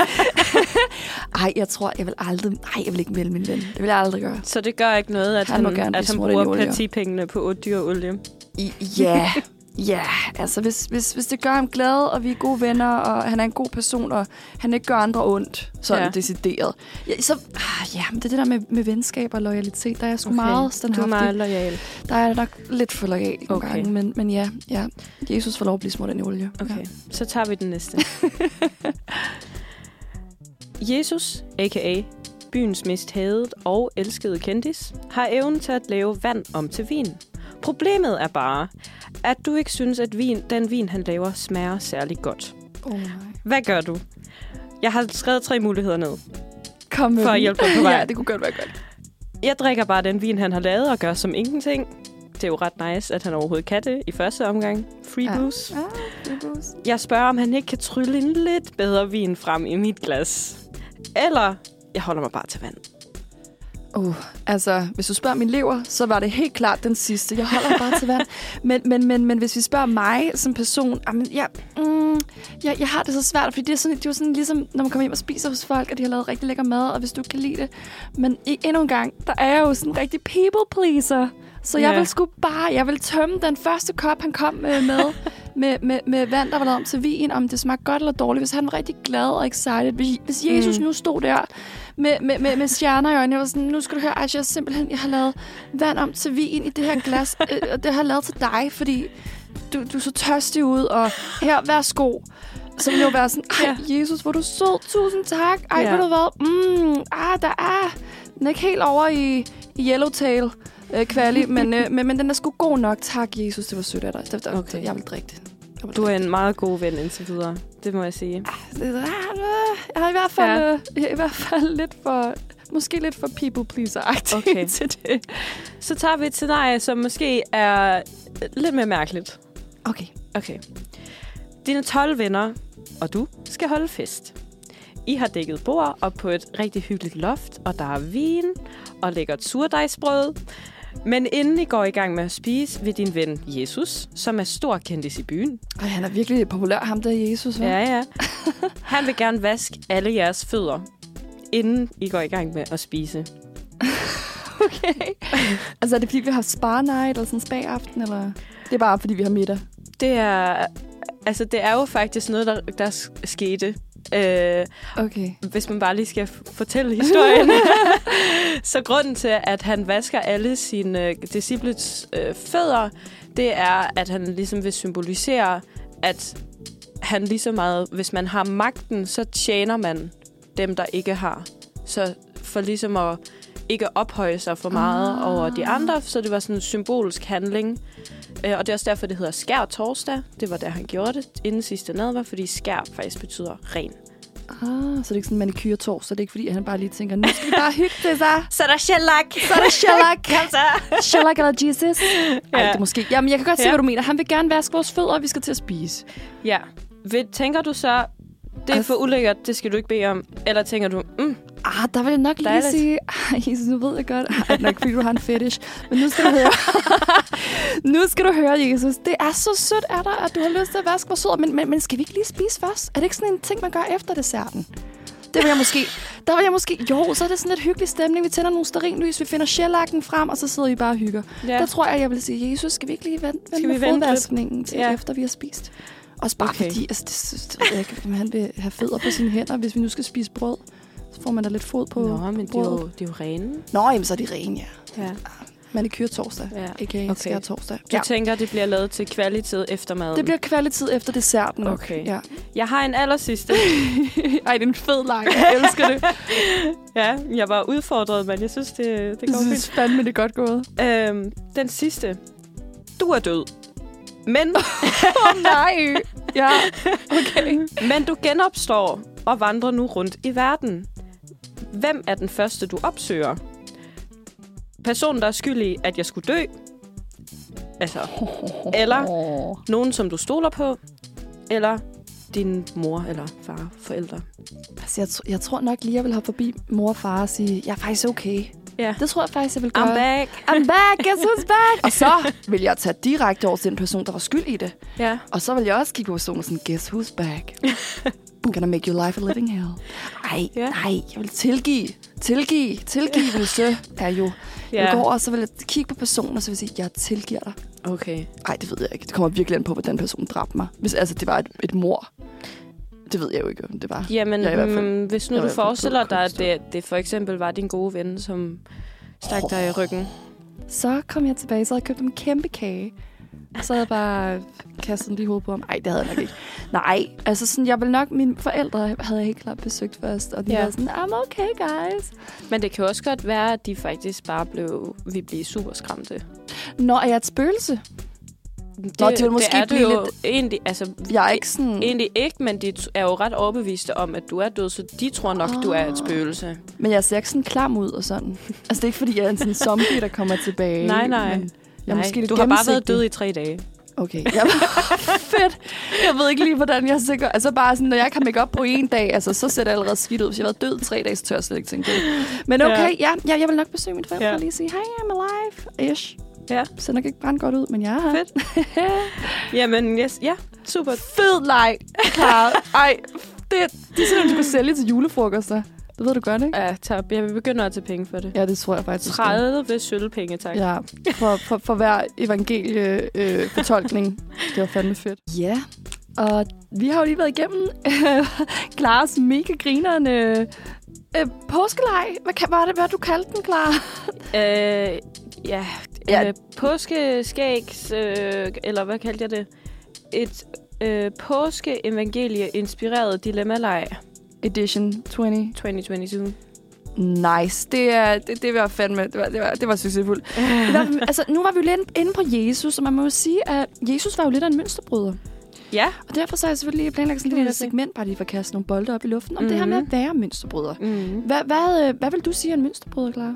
jeg tror, jeg vil aldrig... Nej, jeg vil ikke vælge min ven. Det vil jeg aldrig gøre. Så det gør ikke noget, at han bruger partipengene på dyr olie? Ja. Ja, altså hvis det gør ham glad, og vi er gode venner, og han er en god person, og han ikke gør andre ondt, sådan decideret. Ja, så, men det er det der med venskab og loyalitet, der er jeg sgu meget standhaftig. Du er meget loyal. Der er nok lidt for loyal nogle gange, men ja, Jesus får lov at blive smurt ind i olie. Okay, så tager vi den næste. Jesus, a.k.a. byens mest hadet og elskede kendis, har evnen til at lave vand om til vin. Problemet er bare, at du ikke synes, at den vin, han laver, smager særlig godt. Hvad gør du? Jeg har skrevet 3 muligheder ned. Kom med for at hjælpe på vej. Ja, det kunne godt være godt. Jeg drikker bare den vin, han har lavet, og gør som ingenting. Det er jo ret nice, at han overhovedet kan det i første omgang. Free booze. Ja, free booze. Jeg spørger, om han ikke kan trylle en lidt bedre vin frem i mit glas. Eller jeg holder mig bare til vand. Altså, hvis du spørger min lever, så var det helt klart den sidste. Jeg holder bare til vand. Men hvis vi spørger mig som person, jeg har det så svært, fordi det er jo sådan ligesom, når man kommer hjem og spiser hos folk, og de har lavet rigtig lækker mad, og hvis du kan lide det. Men endnu en gang, der er jeg jo sådan en rigtig people pleaser. Så jeg vil tømme den første kop, han kom med vand, der var lavet om til vin, om det smagte godt eller dårligt. Hvis han var rigtig glad og excited. Hvis Jesus nu stod der med stjerner i øjnene, jeg var sådan, nu skal du høre, jeg har lavet vand om til vin i det her glas, og det har jeg lavet til dig, fordi du er så tørstig ud, og her, værsgo. Så ville jeg jo være sådan, Jesus, hvor du sød, tusind tak. Ved du hvad? Der er den er ikke helt over i Yellowtail. Kvali, men den er sgu god nok. Tak, Jesus, det var sødt af dig. Okay. Jeg vil drikke det. Du er en meget god ven indtil videre. Det må jeg sige. Jeg er i hvert fald lidt for... Måske lidt for people pleaser-agtigt til det. Så tager vi et scenarie, som måske er lidt mere mærkeligt. Okay. Dine 12 venner og du skal holde fest. I har dækket bord op på et rigtig hyggeligt loft, og der er vin og lækkert surdejsbrød. Men inden I går i gang med at spise, vil din ven Jesus, som er stor kendis i byen. Han er virkelig populær, ham der Jesus, hva'? Ja. Han vil gerne vaske alle jeres fødder, inden I går i gang med at spise. Okay. Altså er det fordi, vi har spa-night eller sådan spa-aften, eller? Det er bare fordi, vi har middag? Det er jo faktisk noget, der skete. Hvis man bare lige skal fortælle historien. Så grunden til, at han vasker alle sine disciples fødder, det er, at han ligesom vil symbolisere, at han lige så meget, hvis man har magten, så tjener man dem, der ikke har. Så for ligesom at ikke ophøje sig for meget over de andre, så det var sådan en symbolsk handling. Og det er også derfor, det hedder skær torsdag. Det var der, han gjorde det inden sidste nadver, fordi skær faktisk betyder ren. Så det er ikke sådan en manikyre torsdag. Det er ikke fordi, han bare lige tænker, nu skal vi bare hygge det, så. Så er der shellac. Kom så. Shellac eller Jesus. Ej, det måske. Jamen, jeg kan godt se, hvad du mener. Han vil gerne vaske vores fødder, og vi skal til at spise. Ja. Tænker du så, det er for ulækkert, det skal du ikke bede om? Eller tænker du, der vil jeg nok lige sige, Jesus, nu ved jeg godt, at nok fordi du har en fetish, men nu skal du høre. Nu skal du høre, Jesus. Det er så sødt af dig, at du har lyst til at vaske vores fødder, men skal vi ikke lige spise først? Er det ikke sådan en ting, man gør efter desserten? Der vil jeg måske, jo, så er det sådan lidt hyggelig stemning. Vi tænder nogle stearinlys, vi finder shellacen frem, og så sidder vi bare og hygger. Ja. Der tror jeg vil sige, Jesus, skal vi ikke lige vente med fodvaskningen til efter vi har spist? Også bare fordi, han vil have fødder på sine hænder, hvis vi nu skal spise brød. Så får man da lidt fod på men de er jo rene. Nå, jamen så er de rene, ja. Manikyre torsdag, a.k.a. skær torsdag. Du tænker, det bliver lavet til kvalitet efter maden? Det bliver kvalitet efter desserten. Okay. Ja. Jeg har en allersidste. Ej, det er en fed leg. Jeg elsker det. Ja, jeg var udfordret, men jeg synes, det går fint. Jeg synes fandme, det er godt gået. Den sidste. Du er død. Men... nej. Ja, okay. Men du genopstår og vandrer nu rundt i verden. Hvem er den første, du opsøger? Personen, der er skyld i, at jeg skulle dø? Altså, eller nogen, som du stoler på? Eller din mor eller far, forældre? Altså, jeg tror nok lige, jeg vil hoppe forbi mor og far og sige, jeg er faktisk okay. Ja. Det tror jeg faktisk, jeg vil gøre. I'm back, guess who's back? Og så vil jeg tage direkte over til den person, der var skyld i det. Ja. Og så vil jeg også kigge på personen og sådan, guess who's back? Gonna make your life a living hell. Nej, jeg vil tilgive. Tilgivelse er jo... Jeg går over, og så vil jeg kigge på personen, og så vil jeg sige, jeg tilgiver dig. Okay. Nej, det ved jeg ikke. Det kommer virkelig an på, hvordan personen dræbte mig. Hvis altså, det var et mord. Det ved jeg jo ikke, om det var. Jamen, hvis nu du forestiller dig, at det for eksempel var din gode ven, som stak dig i ryggen. Så kom jeg tilbage, så havde jeg købt en kæmpe kage. Og så havde jeg bare kastet den lige i hovedet på ham. Nej, det havde jeg nok ikke. Nej, altså sådan, jeg ville nok... Mine forældre havde jeg helt klart besøgt først. Og de var sådan, I'm okay, guys. Men det kan jo også godt være, at de faktisk bare vil blive super skræmte. Nå, er jeg et spøgelse? Det vil måske det blive jo lidt... egentlig, altså, jeg er ikke sådan... Egentlig ikke, men de er jo ret overbeviste om, at du er død, så de tror nok, du er et spøgelse. Men jeg ser ikke sådan klam ud og sådan. Altså, det er ikke, fordi jeg er en sådan zombie, der kommer tilbage. Nej. Men jeg er måske lidt du har bare været død i 3 dage. Okay, fedt. Jeg ved ikke lige, hvordan jeg er sikker. Altså bare sådan, når jeg kan make op på 1 dag, altså, så ser det allerede skidt ud. Hvis jeg har været død i 3 dage, så tør jeg slet ikke tænke på det. Men okay, jeg vil nok besøge mine forældre og lige sige, hey, I'm alive, ish. Ja. Det ser nok ikke brændt godt ud, men jeg er her. Fedt. Jamen, yes. Ja, super. Fed leg, Clara. Ej, det er sådan, du kan sælge til julefrokoster. Det ved du godt, ikke? Ja, top. Jeg vil begynde at tage penge for det. Ja, det tror jeg faktisk. 30 sølvpenge, tak. Ja, for hver evangelie-fortolkning. Det var fandme fedt. Ja, og vi har jo lige været igennem Claras mega grinerende påskelej. Hvad du kaldte den, Clara? Påskeskægs, eller hvad kaldte jeg det? Et påske-evangelie-inspireret dilemma-leg. Edition 2022. Nice. Det var fandme... Det var succesfuldt. Altså, nu var vi jo lidt inde på Jesus, og man må jo sige, at Jesus var jo lidt af en mønsterbryder. Ja. Og derfor så har jeg selvfølgelig planlagt sådan lidt et segment, bare lige for at kaste nogle bolde op i luften, om det her med at være mønsterbryder. Hvad vil du sige er en mønsterbryder, Clara?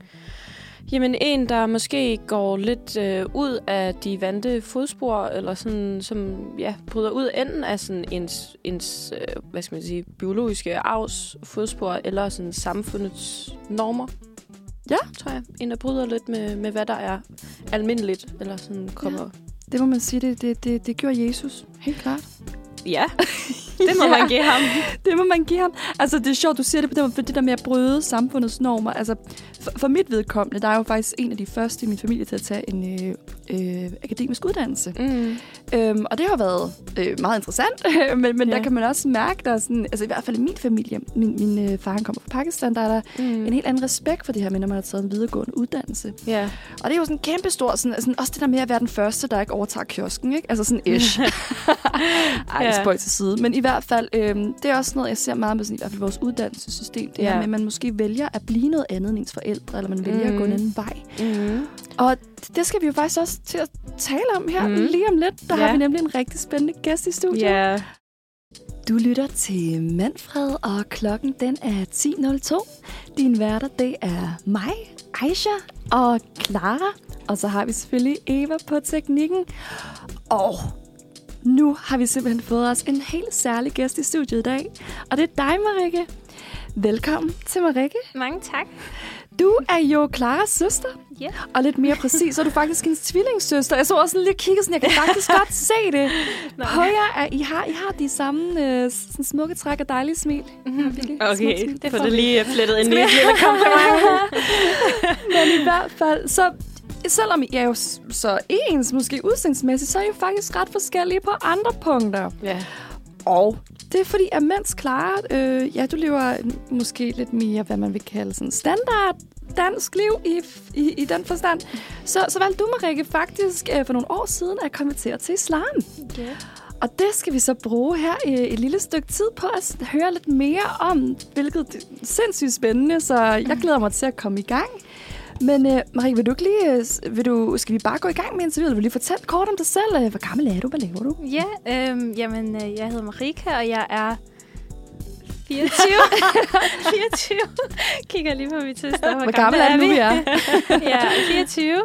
Jamen en, der måske går lidt ud af de vante fodspor, eller sådan, som bryder ud enten af sådan ens hvad skal man sige, biologiske arvs fodspor, eller sådan samfundets normer. Ja. Tror jeg. En, der bryder lidt med hvad der er almindeligt, eller sådan kommer... Ja. Det må man sige, det gjorde Jesus. Helt klart. Ja, det må man give ham. Det må man give ham. Altså, det er sjovt, du siger det på det der med at bryde samfundets normer. Altså, for mit vedkommende, der er jo faktisk en af de første i min familie til at tage en akademisk uddannelse. Og det har været meget interessant, men der kan man også mærke, der er sådan, altså i hvert fald i min familie, min far han kommer fra Pakistan, der er der en helt anden respekt for det her med, når man har taget en videregående uddannelse. Yeah. Og det er jo sådan kæmpestor, sådan, også det der med at være den første, der ikke overtager kiosken, ikke? Altså sådan ish. Ej, spøj til side. Men i hvert fald, det er også noget, jeg ser meget med sådan, i hvert fald vores uddannelsessystem. Det her med, at man måske vælger at blive noget andet end ens forældre, eller man vælger at gå en anden vej. Og det skal vi jo faktisk også til at tale om her lige om lidt. Der har vi nemlig en rigtig spændende gæst i studiet. Yeah. Du lytter til Manfred, og klokken den er 10.02. Din værter, det er mig, Aisha og Clara. Og så har vi selvfølgelig Eva på teknikken. Og nu har vi simpelthen fået os en helt særlig gæst i studiet i dag. Og det er dig, Marikke. Velkommen til Marikke. Mange tak. Du er jo Claras søster. Yeah. Og lidt mere præcis, så er du faktisk en tvillingssøster. Jeg så også lige kigget sådan, jeg kan faktisk godt se det på jer. I har de samme sådan smukke træk og dejlige smil. Okay, det får det lige flettet ind i et lille kompliment. Men i hvert fald, så selvom I er jo så ens, måske udseendsmæssigt, så er I jo faktisk ret forskellige på andre punkter. Ja. Yeah. Og det er fordi, at mens Clara, du lever måske lidt mere, hvad man vil kalde sådan standard dansk liv i den forstand, så valgte du, Marikke, faktisk for nogle år siden at konvertere til islam. Yeah. Og det skal vi så bruge her et lille stykke tid på at høre lidt mere om, hvilket er sindssygt spændende, så jeg glæder mig til at komme i gang. Men Marikke, vil du ikke lige, skal vi bare gå i gang med interviewet? Vil du lige fortælle kort om dig selv? Hvor gammel er du? Hvad laver du? Ja, jeg hedder Marika, og jeg er 24. 24. Kigger lige på mit søster. Hvor gammel er du nu, ja? Ja, 24.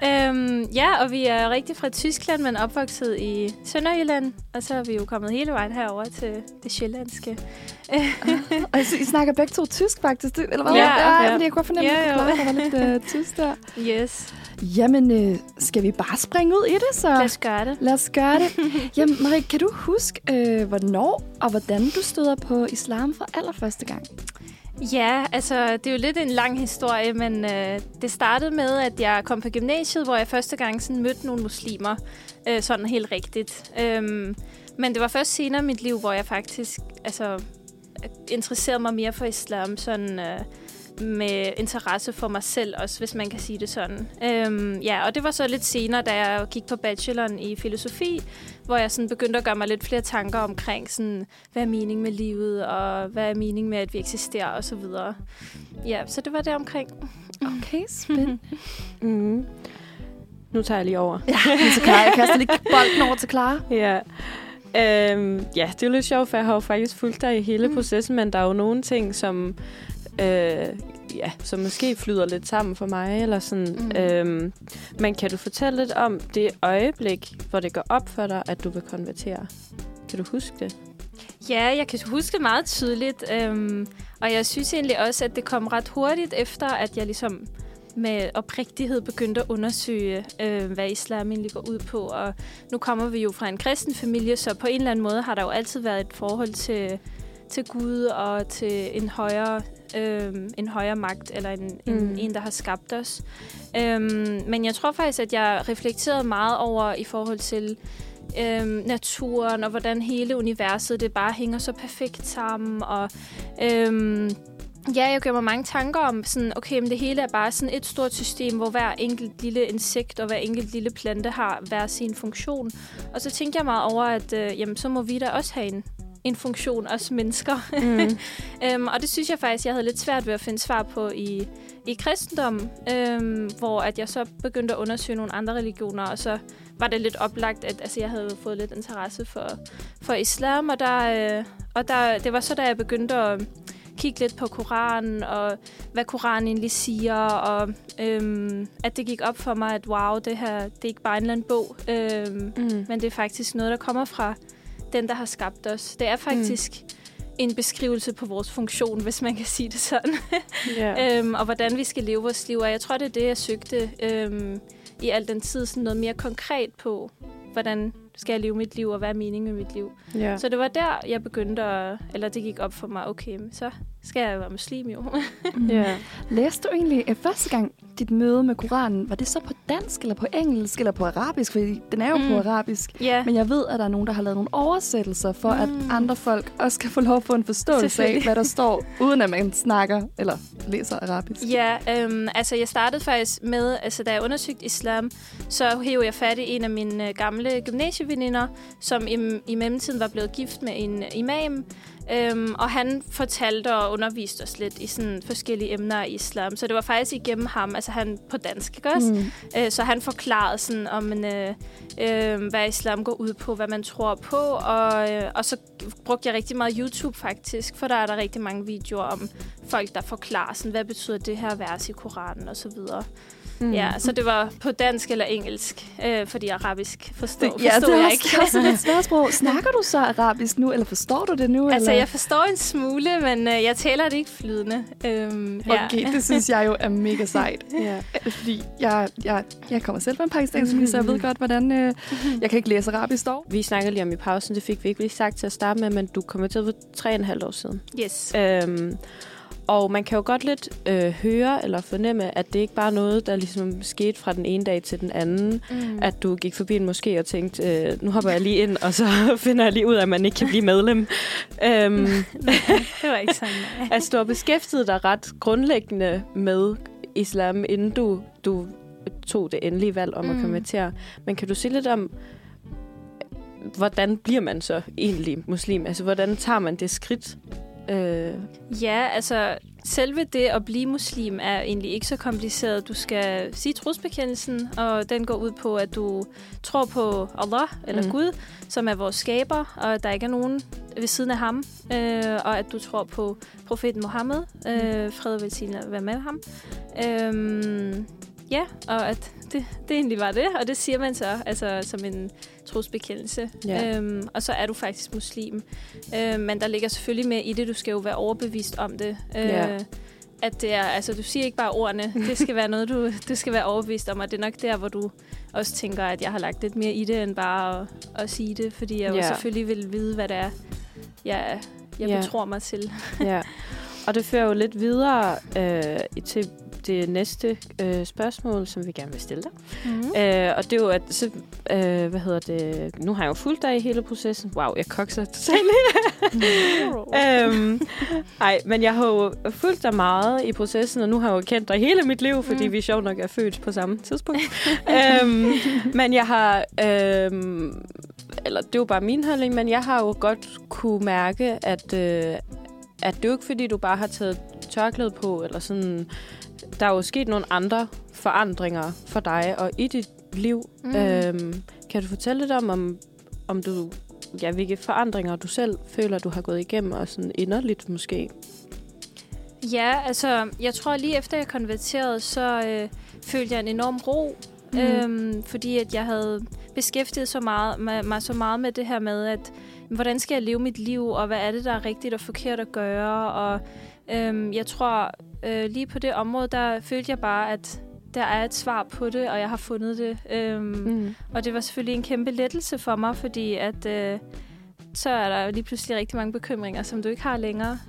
Og vi er rigtig fra Tyskland, men opvokset i Sønderjylland. Og så er vi jo kommet hele vejen herover til det sjællandske. Og I snakker begge to tysk, faktisk? Eller hvad? Ja, fordi jeg kunne fornemme, at der var lidt tysk der. Yes. Jamen, skal vi bare springe ud i det, så? Lad os gøre det. Jamen, Marikke, kan du huske, hvornår og hvordan du støder på islam for allerførste gang? Ja, altså det er jo lidt en lang historie, men det startede med, at jeg kom på gymnasiet, hvor jeg første gang sådan mødte nogle muslimer, sådan helt rigtigt. Men det var først senere i mit liv, hvor jeg faktisk interesserede mig mere for islam, sådan med interesse for mig selv også, hvis man kan sige det sådan. Og det var så lidt senere, da jeg gik på bacheloren i filosofi, hvor jeg sådan begyndte at gøre mig lidt flere tanker omkring, sådan, hvad er meningen med livet, og hvad er meningen med, at vi eksisterer, og så videre. Ja, så det var det omkring. Okay, spændende. Nu tager jeg lige over. Ja, så Clara, jeg kaster lige bolden over til Clara. Ja. Det er jo lidt sjovt, for jeg har jo faktisk fulgt dig i hele processen, men der er jo nogle ting, som som måske flyder lidt sammen for mig, eller sådan. Men kan du fortælle lidt om det øjeblik, hvor det går op for dig, at du vil konvertere? Kan du huske det? Ja, jeg kan huske det meget tydeligt. Og jeg synes egentlig også, at det kom ret hurtigt efter, at jeg ligesom med oprigtighed begyndte at undersøge, hvad islam egentlig går ud på. Og nu kommer vi jo fra en kristen familie, så på en eller anden måde har der jo altid været et forhold til Gud og til en højere magt, eller en, der har skabt os. Men jeg tror faktisk, at jeg reflekterede meget over i forhold til naturen, og hvordan hele universet, det bare hænger så perfekt sammen. Og jeg gør mig mange tanker om, sådan, okay, men det hele er bare sådan et stort system, hvor hver enkelt lille insekt og hver enkelt lille plante har hver sin funktion. Og så tænkte jeg meget over, at så må vi da også have en funktion, os mennesker. Og det synes jeg faktisk, jeg havde lidt svært ved at finde svar på i kristendom, hvor at jeg så begyndte at undersøge nogle andre religioner, og så var det lidt oplagt, at jeg havde fået lidt interesse for islam, og det var så, da jeg begyndte at kigge lidt på Koranen, og hvad Koranen egentlig siger, og at det gik op for mig, at wow, det her, det er ikke bare en eller anden bog, men det er faktisk noget, der kommer fra den, der har skabt os. Det er faktisk en beskrivelse på vores funktion, hvis man kan sige det sådan. Og hvordan vi skal leve vores liv. Og jeg tror, det er det, jeg søgte i al den tid, sådan noget mere konkret på, hvordan skal jeg leve mit liv, og hvad er meningen med mit liv. Så det var der, jeg begyndte det gik op for mig, okay, så skal jeg være muslim jo. Læste du egentlig første gang dit møde med Koranen, var det så på dansk, eller på engelsk, eller på arabisk? Fordi den er jo på arabisk. Men jeg ved, at der er nogen, der har lavet nogle oversættelser, for at andre folk også kan få lov at få en forståelse af, hvad der står, uden at man snakker eller læser arabisk. Jeg startede faktisk med, da jeg undersøgte islam, så hævde jeg fat i en af mine gamle gymnasieveninder, som i mellemtiden var blevet gift med en imam. Og han fortalte og underviste os lidt i sådan forskellige emner i islam. Så det var faktisk igennem ham, altså han på dansk, ikke også? Så han forklarede sådan om, hvad islam går ud på, hvad man tror på. Og så brugte jeg rigtig meget YouTube faktisk, for der er der rigtig mange videoer om folk, der forklarer sådan, hvad betyder det her vers i Koranen og så videre. Så det var på dansk eller engelsk, fordi arabisk forstår jeg ikke. Det er også et svært sprog. Snakker du så arabisk nu, eller forstår du det nu? Altså, jeg forstår en smule, men jeg taler det ikke flydende. Okay, det synes jeg jo er mega sejt. Fordi jeg kommer selv fra en pakistansk familie, så jeg ved godt, hvordan... Jeg kan ikke læse arabisk dog. Vi snakkede lige om i pausen, det fik vi ikke lige sagt til at starte med, men du kom til for 3,5 år siden. Yes. Og man kan jo godt lidt høre eller fornemme, at det ikke bare er noget, der ligesom skete fra den ene dag til den anden. At du gik forbi en moské og tænkte, nu hopper jeg lige ind, og så finder jeg lige ud af, at man ikke kan blive medlem. Det var ikke sådan. Altså, du har beskæftiget dig ret grundlæggende med islam, inden du tog det endelige valg om at konvertere. Men kan du sige lidt om, hvordan bliver man så egentlig muslim? Altså, hvordan tager man det skridt? Selve det at blive muslim er egentlig ikke så kompliceret. Du skal sige trosbekendelsen, og den går ud på, at du tror på Allah, eller Gud, som er vores skaber, og der ikke er nogen ved siden af ham, og at du tror på profeten Mohammed, fred og velsignelse være med ham. Og at det egentlig var det, og det siger man så altså, som en trosbekendelse. Og så er du faktisk muslim. Men der ligger selvfølgelig med i det, du skal jo være overbevist om det. At det er, altså du siger ikke bare ordene, det skal være noget, du skal være overbevist om, og det er nok der, hvor du også tænker, at jeg har lagt lidt mere i det, end bare at sige det, fordi jeg jo selvfølgelig vil vide, hvad det er, jeg betror mig til. Og det fører jo lidt videre til det næste spørgsmål, som vi gerne vil stille dig. Mm-hmm. Og det er jo, at nu har jeg jo fulgt dig i hele processen. Wow, jeg kokser totalt. Men jeg har jo fulgt dig meget i processen, og nu har jeg jo kendt dig hele mit liv, fordi vi sjovt nok er født på samme tidspunkt. Men jeg har... eller det er jo bare min holdning, men jeg har jo godt kunne mærke, at det er jo ikke, fordi du bare har taget tørklæde på, eller sådan... Der er jo sket nogle andre forandringer for dig og i dit liv. Kan du fortælle lidt om du, hvilke forandringer du selv føler, du har gået igennem, og sådan inderligt måske? Ja, altså, jeg tror lige efter jeg konverterede, så følte jeg en enorm ro. Fordi at jeg havde beskæftiget mig så meget med det her med, at hvordan skal jeg leve mit liv, og hvad er det, der er rigtigt og forkert at gøre, og jeg tror, lige på det område, der følte jeg bare, at der er et svar på det, og jeg har fundet det. Og det var selvfølgelig en kæmpe lettelse for mig, fordi at så er der lige pludselig rigtig mange bekymringer, som du ikke har længere.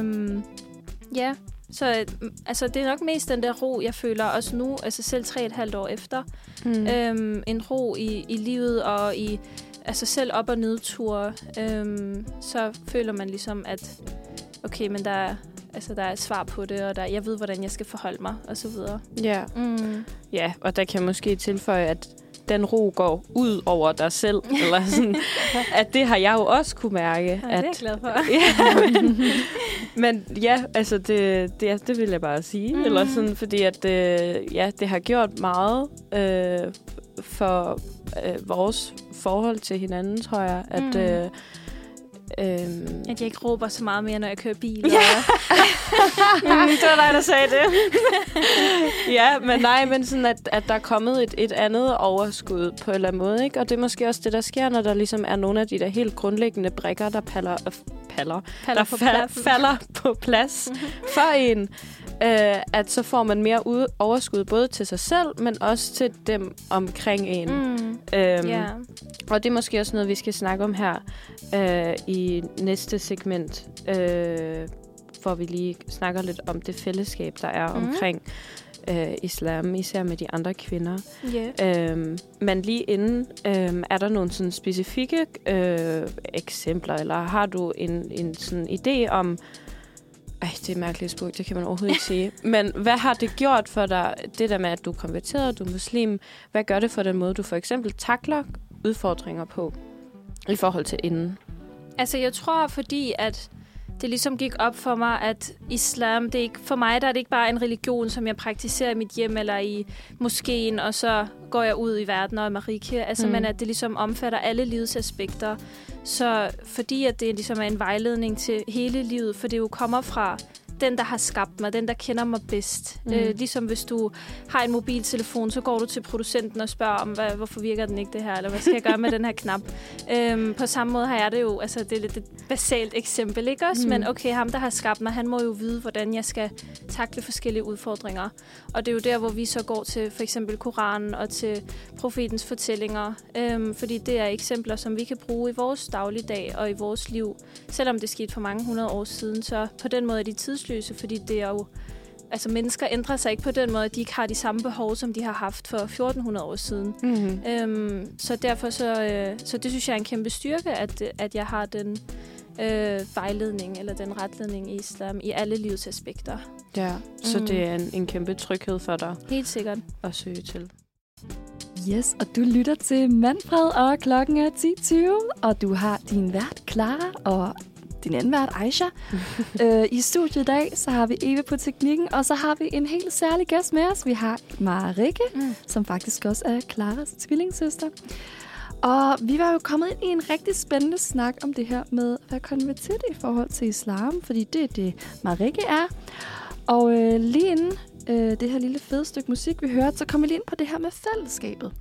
Så altså, det er nok mest den der ro, jeg føler også nu, altså selv 3,5 år efter. En ro i livet, og i altså selv op- og nedture. Så føler man ligesom, at okay, men der er et svar på det, og jeg ved, hvordan jeg skal forholde mig, og så videre. Ja. Ja, og der kan jeg måske tilføje, at den ro går ud over dig selv, eller sådan, at det har jeg jo også kunne mærke. Ja, det er jeg glad for. Men ja, altså det vil jeg bare sige, eller sådan, fordi at det har gjort meget for vores forhold til hinanden, tror jeg, at at jeg ikke råber så meget mere, når jeg kører bil. Ja. Det var dig, der sagde det. Ja, men sådan, at der er kommet et andet overskud på en eller anden måde, ikke? Og det er måske også det, der sker, når der ligesom er nogle af de der helt grundlæggende brikker, der falder på plads for en. At så får man mere overskud både til sig selv, men også til dem omkring en. Og det er måske også noget, vi skal snakke om her i næste segment, hvor vi lige snakker lidt om det fællesskab, der er omkring islam, især med de andre kvinder. Men lige inden, er der nogle sådan specifikke eksempler, eller har du en sådan idé om... det er mærkeligt spurgt, det kan man overhovedet ikke sige. Men hvad har det gjort for dig, det der med, at du er konverteret, du er muslim? Hvad gør det for den måde, du for eksempel takler udfordringer på i forhold til inden? Altså, jeg tror, fordi at det ligesom gik op for mig, at islam, det er ikke, for mig der er det ikke bare en religion, som jeg praktiserer i mit hjem eller i moskeen, og så går jeg ud i verden og er marike. Altså, men at det ligesom omfatter alle livets aspekter. Så fordi at det ligesom er en vejledning til hele livet, for det jo kommer fra den, der har skabt mig, den, der kender mig bedst. Ligesom hvis du har en mobiltelefon, så går du til producenten og spørger om, hvorfor virker den ikke det her, eller hvad skal jeg gøre med den her knap? På samme måde har jeg det jo, altså det er lidt et basalt eksempel, ikke også? Men okay, ham, der har skabt mig, han må jo vide, hvordan jeg skal takle forskellige udfordringer. Og det er jo der, hvor vi så går til for eksempel Koranen og til profetens fortællinger, fordi det er eksempler, som vi kan bruge i vores dagligdag og i vores liv. Selvom det skete for mange 100 år siden, så på den måde er de tidsløse, fordi det er jo... Altså, mennesker ændrer sig ikke på den måde, at de ikke har de samme behov, som de har haft for 1400 år siden. Så derfor så det synes jeg er en kæmpe styrke, at jeg har den vejledning eller den retledning i islam i alle livets aspekter. Ja, så det er en kæmpe tryghed for dig. Helt sikkert. At søge til. Yes, og du lytter til Manfred, og klokken er 10:20, og du har din vært Clara og din anden vært Aisha. I studiet i dag, så har vi Eva på teknikken, og så har vi en helt særlig gæst med os. Vi har Marikke, som faktisk også er Claras tvillingssøster. Og vi var jo kommet ind i en rigtig spændende snak om det her med at være konverteret i forhold til islam, fordi det er det, Marikke er. Og lige inden det her lille fede stykke musik, vi hørte, så kom vi lige ind på det her med fællesskabet.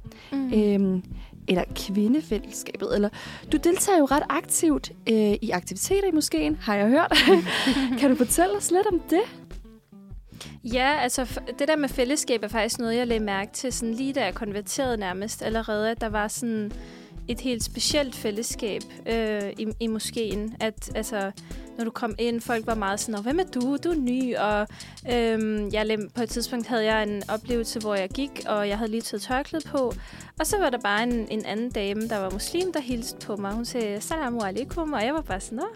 Eller kvindefællesskabet. Eller, du deltager jo ret aktivt i aktiviteter i moskeen, har jeg hørt. Kan du fortælle os lidt om det? Ja, altså det der med fællesskab er faktisk noget, jeg lagde mærke til, sådan lige da jeg konverterede nærmest allerede, at der var sådan et helt specielt fællesskab i moskeen. At altså, når du kom ind, folk var meget sådan, hvem er du? Du er ny. Og på et tidspunkt havde jeg en oplevelse, hvor jeg gik, og jeg havde lige taget tørklæde på. Og så var der bare en anden dame, der var muslim, der hilste på mig. Hun sagde, salamu alaikum, og jeg var bare sådan,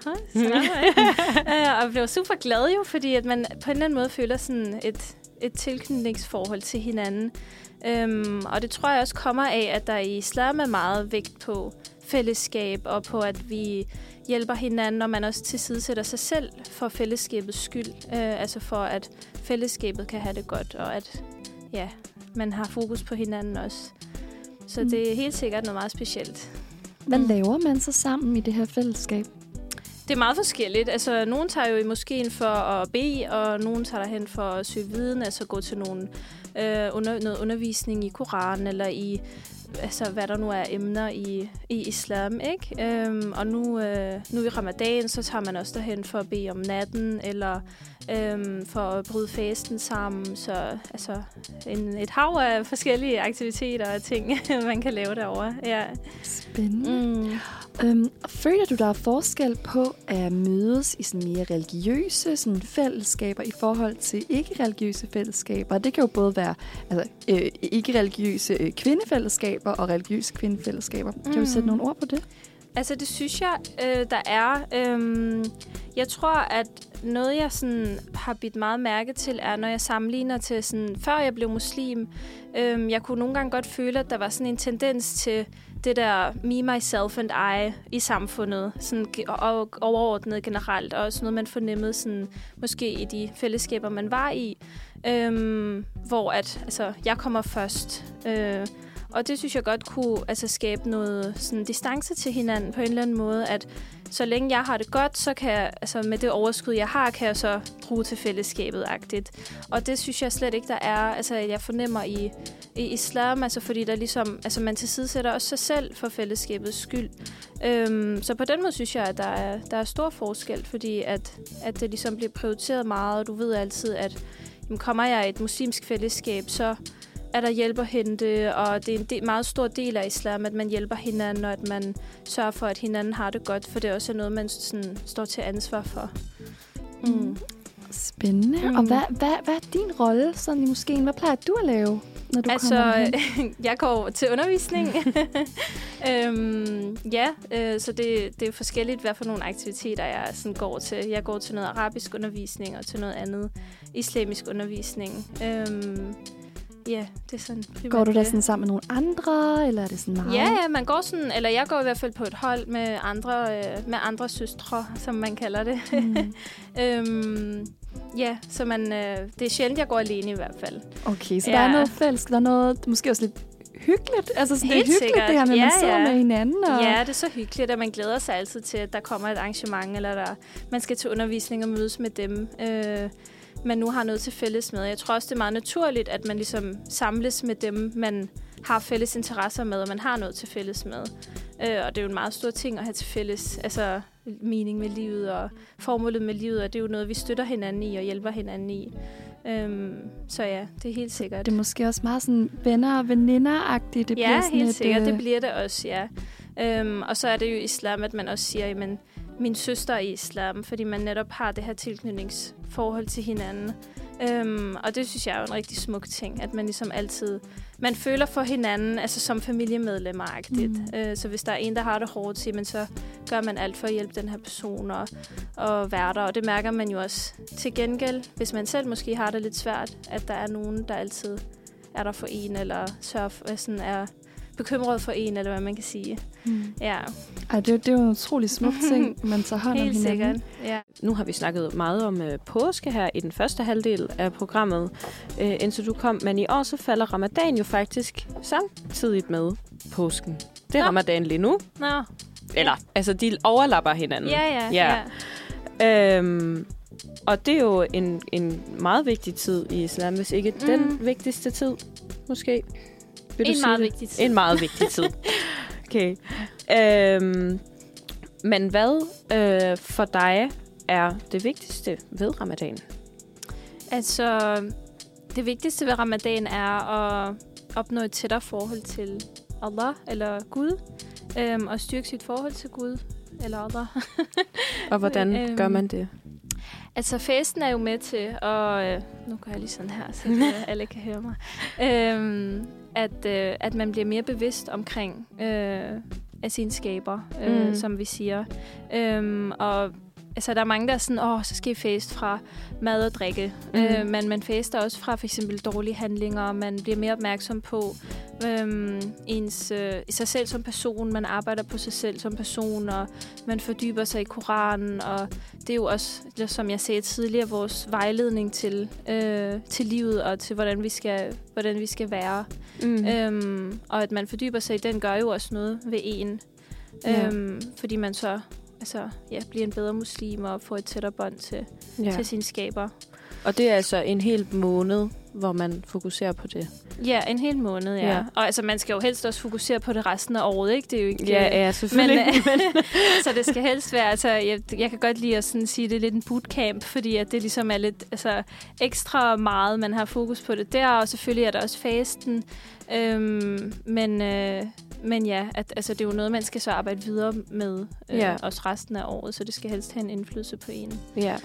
og blev super glad jo, fordi at man på en eller anden måde føler sådan et tilknytningsforhold til hinanden. Og det tror jeg også kommer af, at der i islam er meget vægt på fællesskab, og på at vi hjælper hinanden, og man også tilsidesætter sig selv for fællesskabets skyld. Altså for, at fællesskabet kan have det godt, og at man har fokus på hinanden også. Så det er helt sikkert noget meget specielt. Hvad laver man så sammen i det her fællesskab? Det er meget forskelligt. Altså, nogen tager jo i moskeen for at bede, og nogen tager derhen for at søge viden, altså gå til noget undervisning i Koranen, eller i hvad der nu er emner i islam, ikke? Og nu i Ramadan, så tager man også derhen for at bede om natten, eller for at bryde fasten sammen. Så altså, et hav af forskellige aktiviteter og ting, man kan lave derovre. Ja. Spændende. Føler du, der er forskel på at mødes i sådan mere religiøse sådan fællesskaber i forhold til ikke-religiøse fællesskaber? Det kan jo både være ikke-religiøse kvindefællesskaber og religiøse kvindefællesskaber. Kan du sætte nogle ord på det? Altså, det synes jeg, der er. Jeg tror, at noget, jeg sådan har bidt meget mærke til, er, når jeg sammenligner til sådan, før jeg blev muslim. Jeg kunne nogle gange godt føle, at der var sådan en tendens til det der me, myself and I i samfundet, sådan, og overordnet generelt, og også noget, man fornemmede sådan, måske i de fællesskaber, man var i, hvor jeg kommer først. Og det synes jeg godt kunne skabe noget sådan, distance til hinanden på en eller anden måde, at så længe jeg har det godt, så kan jeg, med det overskud, jeg har, kan jeg så bruge til fællesskabet-agtigt. Og det synes jeg slet ikke, der er. Jeg fornemmer i islam, fordi der ligesom, man tilsidesætter også sig selv for fællesskabets skyld. Så på den måde synes jeg, at der er stor forskel, fordi at det ligesom bliver prioriteret meget, og du ved altid, at kommer jeg i et muslimsk fællesskab, så er der hjælp at hente, og det er en meget stor del af islam, at man hjælper hinanden, og at man sørger for, at hinanden har det godt, for det er også noget, man sådan, står til ansvar for. Spændende. Og hvad er din rolle sådan i moskeen? Hvad plejer du at lave, når du kommer hen? Jeg går til undervisning. Så det er forskelligt, hvad for nogle aktiviteter jeg sådan går til. Jeg går til noget arabisk undervisning, og til noget andet islamisk undervisning. Ja, det er sådan primært. Går du da sådan sammen med nogle andre, eller er det sådan meget? Ja, man går sådan, eller jeg går i hvert fald på et hold med andre søstre, som man kalder det. Så det er sjældent, jeg går alene i hvert fald. Okay, så der er noget fællesskab, der er noget måske også lidt hyggeligt. Altså sådan, det er hyggeligt, sikkert. Det her med, at man sidder med hinanden. Og ja, det er så hyggeligt, at man glæder sig altid til, at der kommer et arrangement, eller man skal til undervisning og mødes med dem. Man nu har noget til fælles med. Jeg tror også, det er meget naturligt, at man ligesom samles med dem, man har fælles interesser med, og man har noget til fælles med. Og det er jo en meget stor ting at have til fælles, mening med livet og formålet med livet, og det er jo noget, vi støtter hinanden i og hjælper hinanden i. Så ja, det er helt sikkert. Det er måske også meget sådan venner og veninder-agtigt. Det bliver sådan helt sikkert. Det bliver det også, ja. Og så er det jo islam, at man også siger, jamen, min søster er i islam, fordi man netop har det her tilknytningsforhold til hinanden. Og det synes jeg er jo en rigtig smuk ting, at man ligesom altid, man føler for hinanden, som familiemedlemmer-agtigt. Så hvis der er en, der har det hårdt, så gør man alt for at hjælpe den her person og være der. Og det mærker man jo også til gengæld, hvis man selv måske har det lidt svært, at der er nogen, der altid er der for en, eller er bekymret for en, eller hvad man kan sige. Ja. Ej, det er jo en utrolig smuk ting, man tager hånd om hinanden. Helt sikkert, ja. Nu har vi snakket meget om påske her i den første halvdel af programmet, indtil du kom. Men i år så falder Ramadan jo faktisk samtidig med påsken. Det er Ramadan lige nu. Nå. Eller, de overlapper hinanden. Ja. Og det er jo en meget vigtig tid i islam, hvis ikke den vigtigste tid, måske. En meget vigtig tid. En meget vigtig tid. Okay. Men hvad for dig er det vigtigste ved Ramadan? Det vigtigste ved Ramadan er at opnå et tættere forhold til Allah eller Gud, og styrke sit forhold til Gud eller Allah. Og hvordan gør man det? Altså, fasten er jo med til, og nu går jeg lige sådan her, så alle kan høre mig, at man bliver mere bevidst omkring af sine skaber, som vi siger. Og altså, der er mange, der er sådan, så skal I faste fra mad og drikke. Men man faster også fra for eksempel dårlige handlinger. Man bliver mere opmærksom på sig selv som person. Man arbejder på sig selv som person, og man fordyber sig i Koranen. Og det er jo også, som jeg sagde tidligere, vores vejledning til livet og til, hvordan vi skal være. Og at man fordyber sig i den, gør jo også noget ved en. Fordi man så bliver en bedre muslim og får et tættere bånd til sine skaber. Og det er altså en hel måned, hvor man fokuserer på det? Ja, en hel måned, ja. Og altså, man skal jo helst også fokusere på det resten af året, ikke? Det er jo ikke... Ja, selvfølgelig. Men, så det skal helst være... Altså, jeg kan godt lide at sådan sige, det er lidt en bootcamp, fordi at det ligesom er lidt ekstra meget, man har fokus på det der, og selvfølgelig er der også fasten. Men ja, det er jo noget, man skal så arbejde videre med også resten af året, så det skal helst have en indflydelse på en. Ja.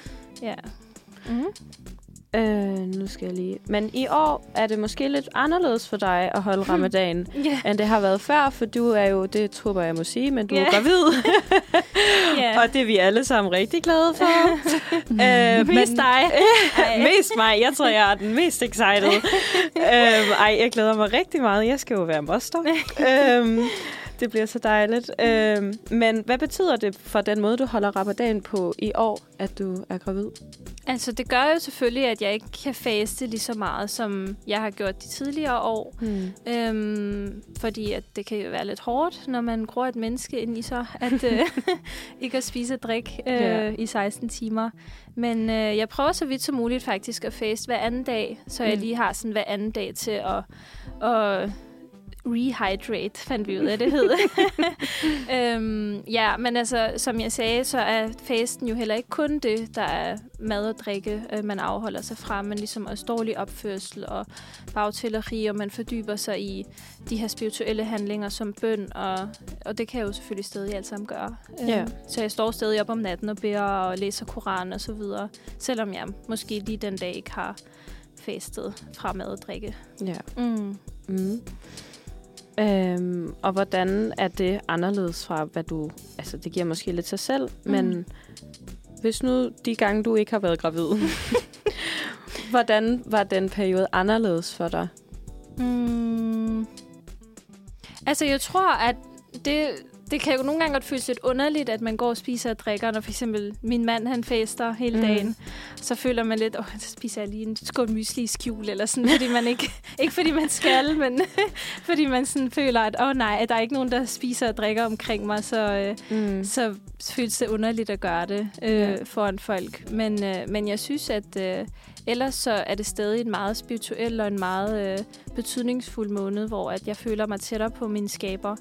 Nu skal jeg lige... Men i år er det måske lidt anderledes for dig at holde ramadan, end det har været før, for du er jo, det tror jeg må sige, men du er gravid. Og det er vi alle sammen rigtig glade for. Mest dig. Mest mig. Jeg tror, jeg er den mest excited. Jeg glæder mig rigtig meget. Jeg skal jo være moster. Det bliver så dejligt. Men hvad betyder det for den måde, du holder ramadan på i år, at du er gravid? Altså, det gør jo selvfølgelig, at jeg ikke kan faste lige så meget, som jeg har gjort de tidligere år. Fordi at det kan jo være lidt hårdt, når man gror et menneske ind i sig, at ikke at spise og drikke i 16 timer. Men jeg prøver så vidt som muligt faktisk at faste hver anden dag, så jeg lige har sådan hver anden dag til at rehydrate, fandt vi ud af, det hed. Men altså, som jeg sagde, så er fasten jo heller ikke kun det, der er mad og drikke, man afholder sig fra, men ligesom også dårlig opførsel og bagtæleri, og man fordyber sig i de her spirituelle handlinger som bøn, og det kan jeg jo selvfølgelig stadig alt sammen gøre. Så jeg står stadig op om natten og beder og læser Koran og så videre, selvom jeg måske lige den dag ikke har fastet fra mad og drikke. Og hvordan er det anderledes fra, hvad du... Altså, det giver måske lidt sig selv, men hvis nu de gange, du ikke har været gravid, hvordan var den periode anderledes for dig? Altså, jeg tror, at det kan jo nogle gange godt føles lidt underligt, at man går og spiser og drikker, når for eksempel min mand, han faster hele dagen. Så føler man lidt, så spiser jeg lige en skål mysli i skjul, eller sådan, fordi man ikke fordi man skal, men fordi man sådan føler, at at der er ikke nogen, der spiser og drikker omkring mig, så føles det underligt at gøre det foran folk. Men jeg synes, at ellers så er det stadig en meget spirituel og en meget betydningsfuld måned, hvor at jeg føler mig tættere på mine skaber.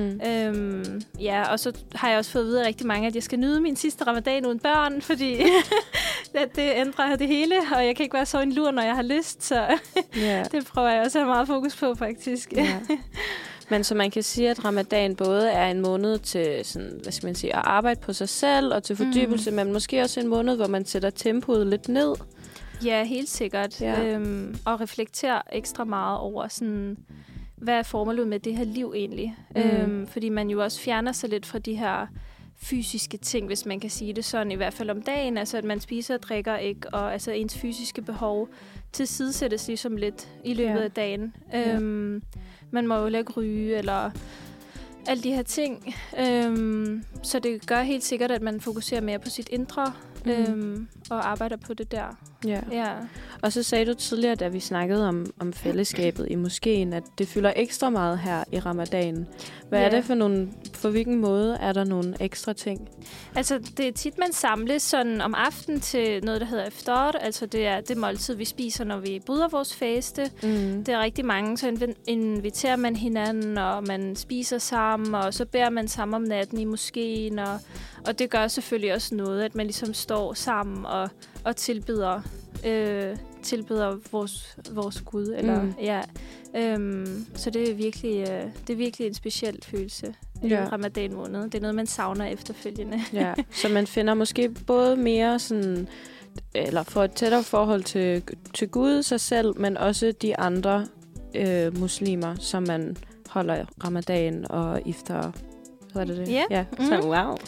Og så har jeg også fået at vide rigtig mange, at jeg skal nyde min sidste ramadan uden børn, fordi at det ændrer det hele, og jeg kan ikke være så en lur, når jeg har lyst, så det prøver jeg også at have meget fokus på, faktisk. Men så man kan sige, at ramadan både er en måned til sådan, hvad skal man sige, at arbejde på sig selv og til fordybelse, men måske også en måned, hvor man sætter tempoet lidt ned. Ja, helt sikkert. Og reflekterer ekstra meget over, sådan, hvad er formålet med det her liv egentlig? Fordi man jo også fjerner sig lidt fra de her fysiske ting, hvis man kan sige det sådan, i hvert fald om dagen. Altså, at man spiser og drikker ikke, og altså, ens fysiske behov tilsidesættes ligesom lidt i løbet af dagen. Man må jo ikke ryge, eller alle de her ting. Så det gør helt sikkert, at man fokuserer mere på sit indre, og arbejder på det der. Og så sagde du tidligere, da vi snakkede om fællesskabet i moskeen, at det fylder ekstra meget her i ramadan. Hvad er det for hvilken måde er der nogle ekstra ting? Altså, det er tit, man samles sådan om aftenen til noget, der hedder iftar. Altså, det er det måltid, vi spiser, når vi bryder vores faste. Det er rigtig mange, så inviterer man hinanden, og man spiser sammen, og så beder man sammen om natten i moskeen, og det gør selvfølgelig også noget, at man ligesom står sammen og tilbeder tilbeder vores Gud. Eller, så det er virkelig en speciel følelse i Ramadan måned. Det er noget, man savner efterfølgende. Ja, så man finder måske både mere sådan, eller får et tættere forhold til Gud, sig selv, men også de andre muslimer, som man holder Ramadan og iftar. Så er det. Ja. Så wow.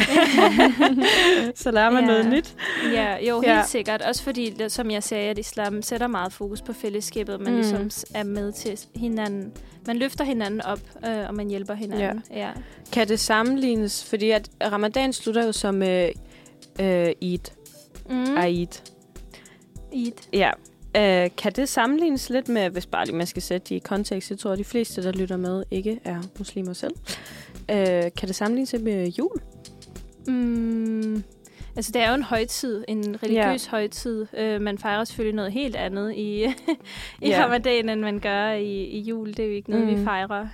Så lærer man noget nyt. Ja, jo, helt sikkert. Også fordi, som jeg sagde, at islam sætter meget fokus på fællesskabet. Man ligesom er med til hinanden. Man løfter hinanden op, og man hjælper hinanden. Ja. Kan det sammenlignes? Fordi at Ramadan slutter jo som Eid. Eid. Ja. Kan det sammenlignes lidt med, hvis bare lige man skal sætte det i kontekst, jeg tror, at de fleste, der lytter med, ikke er muslimer selv. Kan det sammenlignes med jul? Altså, det er jo en højtid, en religiøs højtid. Man fejrer selvfølgelig noget helt andet i Ramadan, end man gør i jul. Det er jo ikke noget, vi fejrer.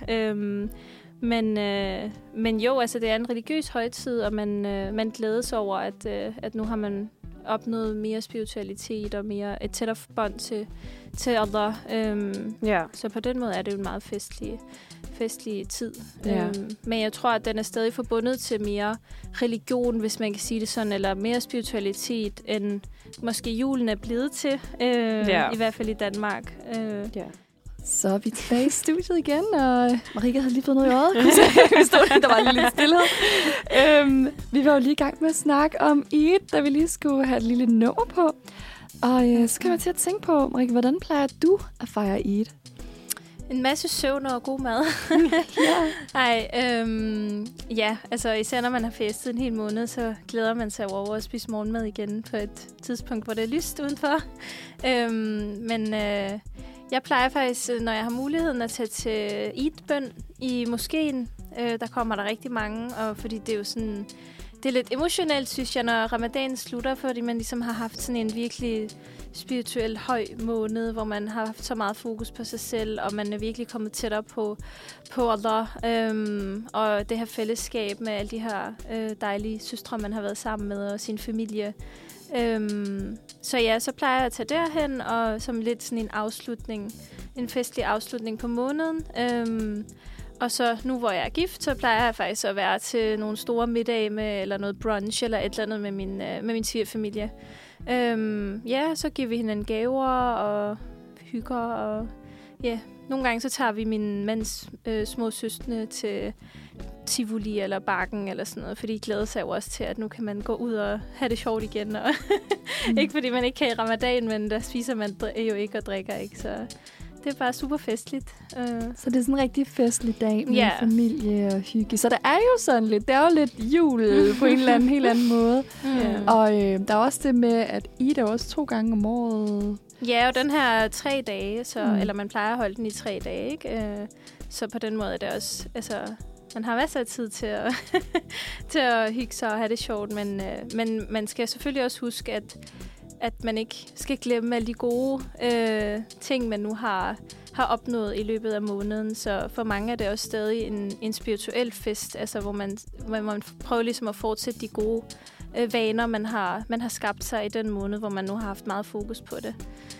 Men jo, altså, det er en religiøs højtid, og man glædes over, at nu har man opnået mere spiritualitet og mere et tættere bånd til Allah. Så på den måde er det jo en meget festlig tid. Men jeg tror, at den er stadig forbundet til mere religion, hvis man kan sige det sådan, eller mere spiritualitet, end måske julen er blevet til, i hvert fald i Danmark. Så er vi tilbage i studiet igen, og Marika havde lige fået noget i øjet. Der var lidt stillhed. Vi var jo lige i gang med at snakke om Eid, da vi lige skulle have et lille nummer på. Og så kan man til at tænke på, Marika, hvordan plejer du at fejre Eid? En masse søvn og god mad. Altså især når man har festet en hel måned, så glæder man sig over at spise morgenmad igen på et tidspunkt, hvor det er lyst udenfor. Jeg plejer faktisk, når jeg har muligheden, at tage til Eid-bøn i moskeen. Der kommer der rigtig mange, og fordi det er jo sådan, det er lidt emotionelt, synes jeg, når Ramadan slutter, fordi man ligesom har haft sådan en virkelig spirituel høj måned, hvor man har haft så meget fokus på sig selv, og man er virkelig kommet tættere på Allah, og det her fællesskab med alle de her dejlige søstre, man har været sammen med, og sin familie. Så plejer jeg at tage derhen, og som lidt sådan en festlig afslutning på måneden. Og så nu, hvor jeg er gift, så plejer jeg faktisk at være til nogle store middage med, eller noget brunch, eller et eller andet med min svigerfamilie. Så giver vi hinanden gaver og hygger, og nogle gange så tager vi min mands små søstre til Tivoli eller Bakken eller sådan noget, fordi de glæder sig jo også til, at nu kan man gå ud og have det sjovt igen. Og ikke fordi man ikke kan i Ramadan, men der spiser man jo ikke og drikker ikke, så det er bare super festligt. Så det er sådan en rigtig festlig dag med familie og hygge. Så der er jo sådan lidt, det er jo lidt jul på en eller anden helt anden måde. Og der er også det med, at Eid er også 2 gange om året. Ja, og den her 3 dage, eller man plejer at holde den i 3 dage, ikke? Så på den måde er det også, altså, man har masser af tid til at hygge sig og have det sjovt, men man skal selvfølgelig også huske, at man ikke skal glemme alle de gode ting, man nu har opnået i løbet af måneden. Så for mange er det også stadig en spirituel fest, altså hvor man prøver ligesom at fortsætte de gode vaner, man har skabt sig i den måned, hvor man nu har haft meget fokus på det.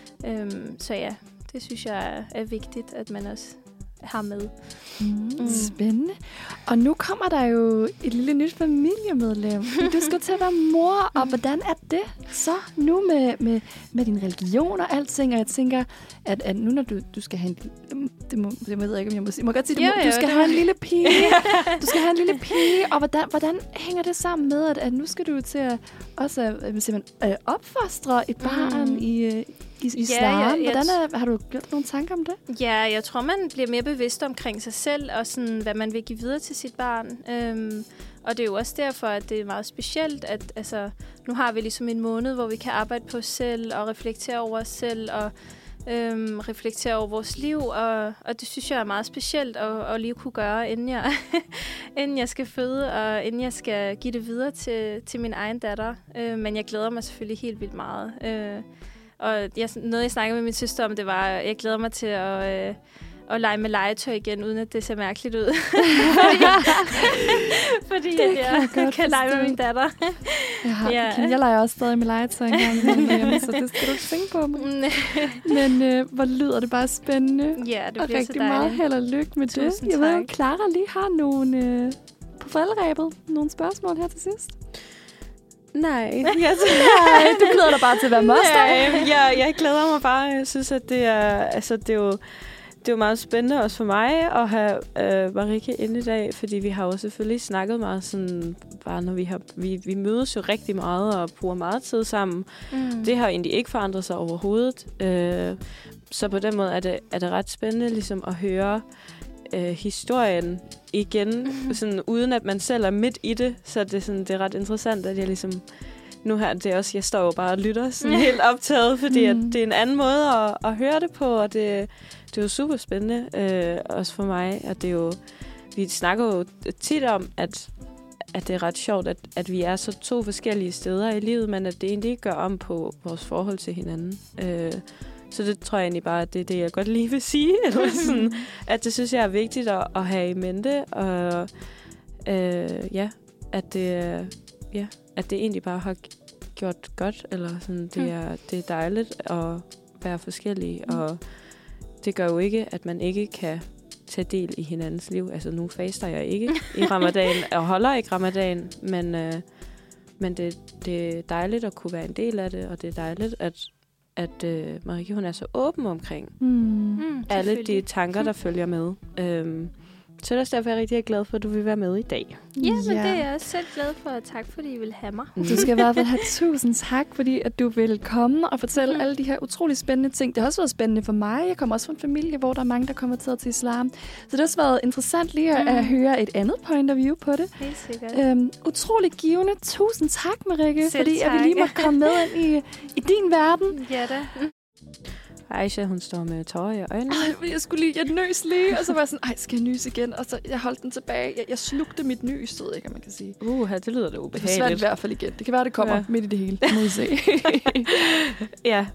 Så ja, det synes jeg er vigtigt, at man også har med. Spændende. Og nu kommer der jo et lille nyt familiemedlem. Du skal til at være mor, og hvordan er det så nu med din religion og alting? Og jeg tænker, at nu når du skal have en... Det ved jeg ikke, om jeg må sige. Må godt sige, du skal have en lille pige. Du skal have en lille pige. Og hvordan hænger det sammen med, at nu skal du til at også opfostre et barn i islam? Har du gjort nogle tanker om det? Ja, jeg tror, man bliver mere bevidst omkring sig selv, og sådan, hvad man vil give videre til sit barn. Og det er jo også derfor, at det er meget specielt, at altså, nu har vi ligesom en måned, hvor vi kan arbejde på os selv, og reflektere over os selv, og reflektere over vores liv, og det synes jeg er meget specielt at lige kunne gøre, inden jeg skal føde, og inden jeg skal give det videre til min egen datter. Men jeg glæder mig selvfølgelig helt vildt meget. Og noget, jeg snakkede med min søster om, det var, at jeg glæder mig til at at lege med legetøj igen, uden at det ser mærkeligt ud. fordi jeg kan lege med min datter. Jeg leger også stadig med legetøj engang hjemme, så det skal du ikke tænke på mig. Men hvor lyder det bare spændende. Ja, det bliver så rigtig meget held og lykke med det. Jeg ved jo, Clara lige har nogle på forældreræbet. Nogle spørgsmål her til sidst. Nej. Du glæder dig bare til at være moster. Jeg glæder mig bare. Jeg synes, at det er jo meget spændende også for mig at have Marike inde i dag, fordi vi har jo selvfølgelig snakket meget sådan, bare når vi mødes jo rigtig meget og bruger meget tid sammen. Det har egentlig ikke forandret sig overhovedet. Så på den måde er det ret spændende ligesom at høre historien igen, sådan, uden at man selv er midt i det. Så det er ret interessant, at jeg ligesom... Nu her, det er også, jeg står jo bare og lytter sådan helt optaget, fordi at det er en anden måde at høre det på, og det er jo super spændende, også for mig. Og det er jo, vi snakker jo tit om, at det er ret sjovt, at vi er så to forskellige steder i livet, men at det egentlig gør om på vores forhold til hinanden. Så det tror jeg egentlig bare, at det er det, jeg godt lige vil sige. Eller sådan, at det synes jeg er vigtigt at have i mente, og at det egentlig bare har gjort godt, eller sådan, det er dejligt at være forskellige, og det gør jo ikke, at man ikke kan tage del i hinandens liv. Altså nu faster jeg ikke i ramadan, og holder ikke ramadan, men det er dejligt at kunne være en del af det, og det er dejligt, at Marike, hun er så åben omkring alle de tanker, der følger med. Så derfor er jeg rigtig glad for, at du vil være med i dag. Ja, men det er jeg også selv glad for. Tak, fordi I vil have mig. Du skal i hvert fald have tusind tak, fordi at du vil komme og fortælle alle de her utrolig spændende ting. Det har også været spændende for mig. Jeg kommer også fra en familie, hvor der er mange, der kommer til islam. Så det har også været interessant lige at høre et andet point of view på det. Helt sikkert. Utrolig givende. Tusind tak, Marike, fordi at vi lige måtte komme med ind i din verden. Ja da. Aisha, hun står med tårer i øjnene. Jeg nøs lige, og så var jeg sådan, skal jeg nys igen? Og så jeg holdt den tilbage. Jeg slugte mit nys, ved ikke, man kan sige. Det lyder da ubehageligt. Det er svært i hvert fald igen. Det kan være, det kommer midt i det hele. Må vi se. Ja.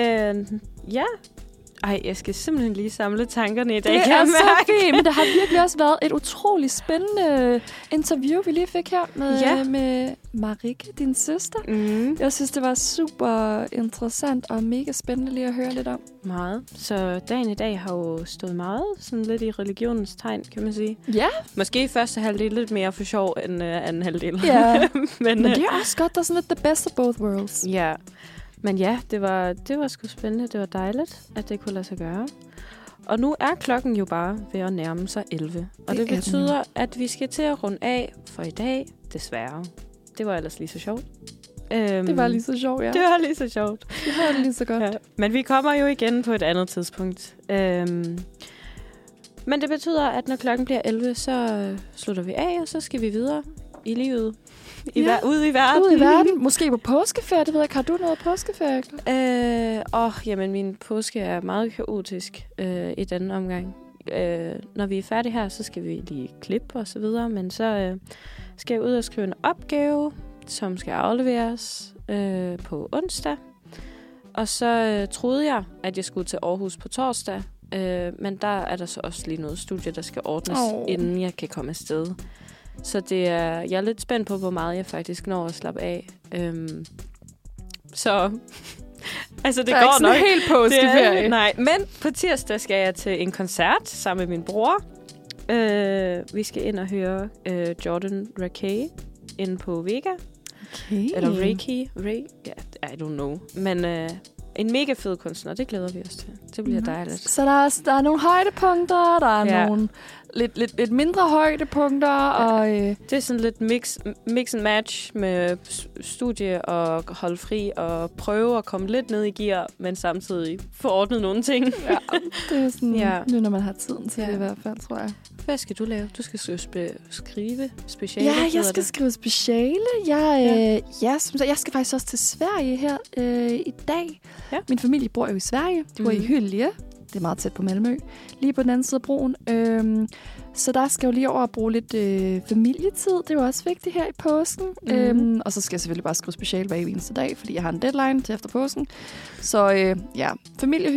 Jeg skal simpelthen lige samle tankerne i dag. Det er så fint, men det har virkelig også været et utroligt spændende interview, vi lige fik her med Marike, din søster. Jeg synes, det var super interessant og mega spændende lige at høre lidt om. Meget. Så dagen i dag har jo stået meget sådan lidt i religionens tegn, kan man sige. Ja. Måske i første halvdel lidt mere for sjov end anden halvdel. Ja, men det er også godt, der er sådan lidt the best of both worlds. Ja. Men ja, det var sgu spændende. Det var dejligt, at det kunne lade sig gøre. Og nu er klokken jo bare ved at nærme sig 11. Og det betyder, at vi skal til at runde af for i dag, desværre. Det var ellers lige så sjovt. Det var lige så sjovt, ja. Det var lige så sjovt. Det var lige så godt. Ja. Men vi kommer jo igen på et andet tidspunkt. Men det betyder, at når klokken bliver 11, så slutter vi af, og så skal vi videre i livet. Ude i verden. Ude i verden. Måske på påskeferie, det ved jeg ikke. Har du noget påskeferie? Jamen, min påske er meget kaotisk i denne omgang. Når vi er færdige her, så skal vi lige klippe og så videre, men så skal jeg ud og skrive en opgave, som skal afleveres på onsdag. Og så troede jeg, at jeg skulle til Aarhus på torsdag, men der er der så også lige noget studie, der skal ordnes, inden jeg kan komme afsted. Så jeg er lidt spændt på, hvor meget jeg faktisk når at slappe af. Så altså, det går nok. Helt påskeferie. Nej, men på tirsdag skal jeg til en koncert sammen med min bror. Vi skal ind og høre Jordan Rakei inde på Vega. Okay. Eller Reiki. I don't know. Men en mega fed kunstner, det glæder vi os til. Det bliver dejligt. Så der er nogle højdepunkter, der er nogle lidt mindre højdepunkter. Og, det er sådan lidt mix and match med studie og holde fri og prøve at komme lidt ned i gear, men samtidig få ordnet nogle ting. Ja, det er sådan, nu når man har tiden til det i hvert fald, tror jeg. Hvad skal du lave? Du skal skrive speciale. Ja, jeg skal skrive speciale. Jeg skal faktisk også til Sverige her i dag. Ja. Min familie bor jo i Sverige. De bor i Hyllie. Det er meget tæt på Malmø. Lige på den anden side af broen. Så der skal jeg jo lige over at bruge lidt familietid. Det er jo også vigtigt her i påsken. Og så skal jeg selvfølgelig bare skrive speciale hver eneste dag, fordi jeg har en deadline til efter påsken. Så familiehygge,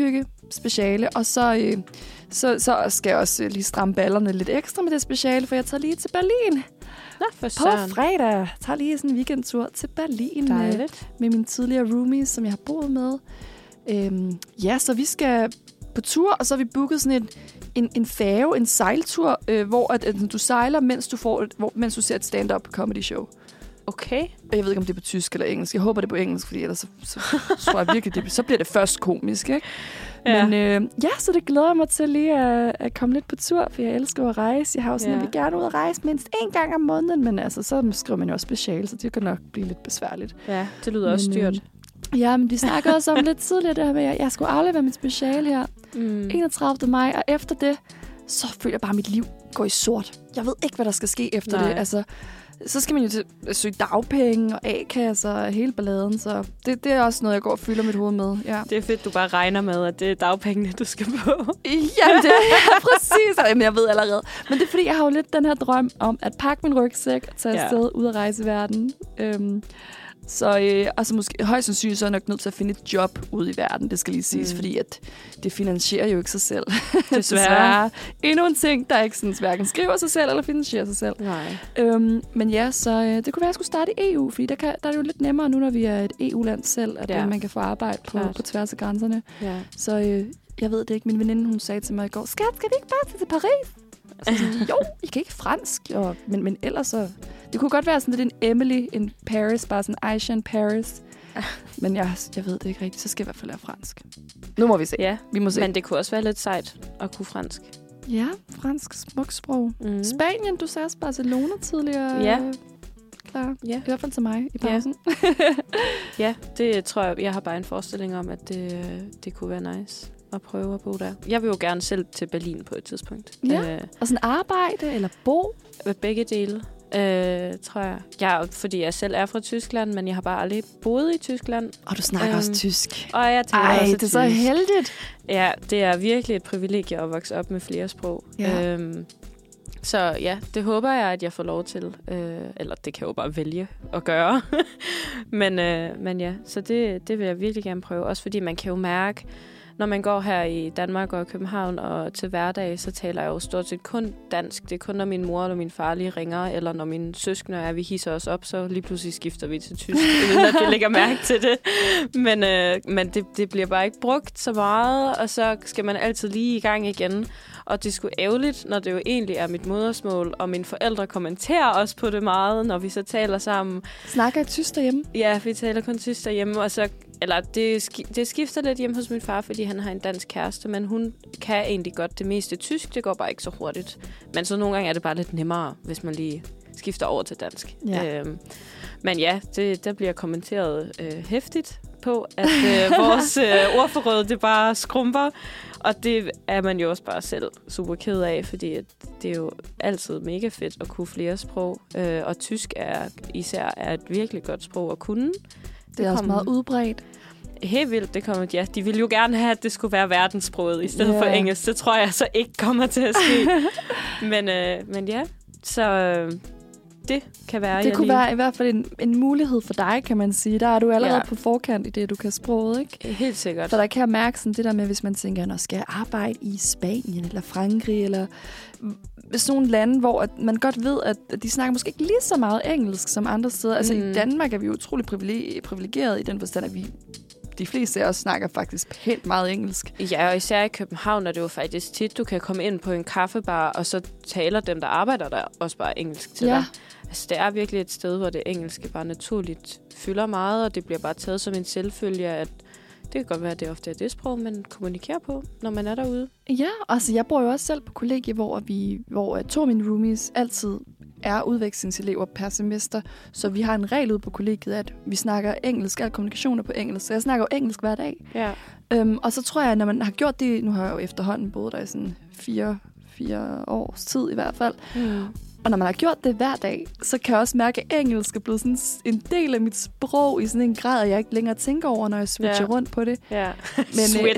speciale, og så skal jeg også lige stramme ballerne lidt ekstra med det speciale, for jeg tager lige til Berlin. Nå, for på søren. fredag. Jeg tager lige sådan en weekendtur til Berlin med mine tidligere roomies, som jeg har boet med. Så vi skal på tur, og så har vi booket sådan en færge, en sejltur, hvor at du sejler, mens du ser et stand-up comedy show. Okay. Jeg ved ikke, om det er på tysk eller engelsk. Jeg håber, det er på engelsk, fordi ellers så tror jeg virkelig, så bliver det først komisk, ikke? Ja. Men så det glæder jeg mig til lige at komme lidt på tur, for jeg elsker at rejse. Jeg har jo sådan, jeg vil gerne ud at rejse mindst 1 gang om måneden, men altså, så skriver man jo også special, så det kan nok blive lidt besværligt. Ja, det lyder også dyrt. Men vi snakker også om lidt tidligere, det her med, at jeg skulle aflevere mit special her 31. maj, og efter det, så føler jeg bare, at mit liv går i sort. Jeg ved ikke, hvad der skal ske efter det. Altså, så skal man jo til at søge dagpenge og A-kasser og hele balladen, så det er også noget, jeg går og fylder mit hoved med. Ja. Det er fedt, du bare regner med, at det er dagpengene, du skal på. Jamen, det er præcis. Jamen, jeg ved allerede. Men det er, fordi jeg har jo lidt den her drøm om at pakke min rygsæk og tage afsted ud af rejseverdenen. Så måske højst sandsynligt, så er jeg nok nødt til at finde et job ude i verden. Det skal lige siges, fordi at det finansierer jo ikke sig selv. Desværre. Endnu en ting, der ikke sådan, hverken skriver sig selv eller finansierer sig selv. Nej. Men ja, så det kunne være, at jeg skulle starte i EU, fordi der er det jo lidt nemmere nu, når vi er et EU-land selv, at man kan få arbejde på tværs af grænserne. Ja. Så jeg ved det ikke. Min veninde, hun sagde til mig i går, skal vi ikke bare til Paris? Så sådan, jo, I kan ikke fransk, men ellers så... Det kunne godt være sådan lidt en Emily in Paris, bare sådan Aisha in Paris. Men jeg ved det ikke rigtigt, så skal jeg i hvert fald lære fransk. Nu må vi se. Ja, vi må se. Men det kunne også være lidt sejt at kunne fransk. Ja, fransk smukt sprog. Spanien, du sagde også Barcelona tidligere. Ja. Klar. Ja. I hvert fald til mig i pausen. Ja, det tror jeg har bare en forestilling om, at det kunne være nice at prøve at bo der. Jeg vil jo gerne selv til Berlin på et tidspunkt. Ja, og sådan arbejde eller bo? Begge dele. Tror jeg. Ja, fordi jeg selv er fra Tyskland, men jeg har bare aldrig boet i Tyskland. Og du snakker også tysk. Og jeg taler også det er så heldigt. Ja, det er virkelig et privilegie at vokse op med flere sprog. Ja. Så ja, det håber jeg, at jeg får lov til. Eller det kan jeg jo bare vælge at gøre. men ja, så det vil jeg virkelig gerne prøve. Også fordi man kan jo mærke, når man går her i Danmark og København og til hverdag, så taler jeg jo stort set kun dansk. Det er kun, når min mor eller min far lige ringer, eller når mine søskende er, vi hisser os op, så lige pludselig skifter vi til tysk, uden at det lægger mærke til det. Men det bliver bare ikke brugt så meget, og så skal man altid lige i gang igen. Og det er sgu ærgerligt, når det jo egentlig er mit modersmål, og mine forældre kommenterer også på det meget, når vi så taler sammen. Snakker I tysk derhjemme? Ja, vi taler kun tysk derhjemme, og så... Eller det skifter lidt hjemme hos min far, fordi han har en dansk kæreste, men hun kan egentlig godt det meste tysk. Det går bare ikke så hurtigt. Men så nogle gange er det bare lidt nemmere, hvis man lige skifter over til dansk. Ja. Men ja, der bliver kommenteret hæftigt på, at vores ordforråd, det bare skrumper. Og det er man jo også bare selv super ked af, fordi det er jo altid mega fedt at kunne flere sprog. Og tysk især er et virkelig godt sprog at kunne. Det er også meget udbredt. Helt vildt, det kommer. Ja, de ville jo gerne have, at det skulle være verdenssproget i stedet for engelsk. Det tror jeg så ikke kommer til at ske. men ja, så det kan være... Det kunne være i hvert fald en mulighed for dig, kan man sige. Der er du allerede på forkant i det, du kan sproget, ikke? Helt sikkert. For der kan jeg mærke sådan det der med, hvis man tænker, at skal jeg arbejde i Spanien eller Frankrig, eller sådan nogle lande, hvor man godt ved, at de snakker måske ikke lige så meget engelsk som andre steder. Altså i Danmark er vi jo utrolig privilegeret i den forstand, at de fleste af os snakker faktisk pænt meget engelsk. Ja, og især i København er det jo faktisk tit, du kan komme ind på en kaffebar, og så taler dem, der arbejder der, også bare engelsk til dig. Altså, det er virkelig et sted, hvor det engelske bare naturligt fylder meget, og det bliver bare taget som en selvfølge, at det kan godt være, at det ofte er det sprog, man kommunikerer på, når man er derude. Ja, altså jeg bor jo også selv på kollegie, hvor 2 af mine roomies altid er udvekslingselever per semester, så vi har en regel ude på kollegiet, at vi snakker engelsk, al kommunikation er på engelsk, så jeg snakker jo engelsk hver dag. Ja. Og så tror jeg, når man har gjort det, nu har jeg jo efterhånden boet der i sådan 4 års tid i hvert fald, og når man har gjort det hver dag, så kan jeg også mærke, at engelsk er blevet sådan en del af mit sprog i sådan en grad, at jeg ikke længere tænker over, når jeg switcher rundt på det. Ja. Men,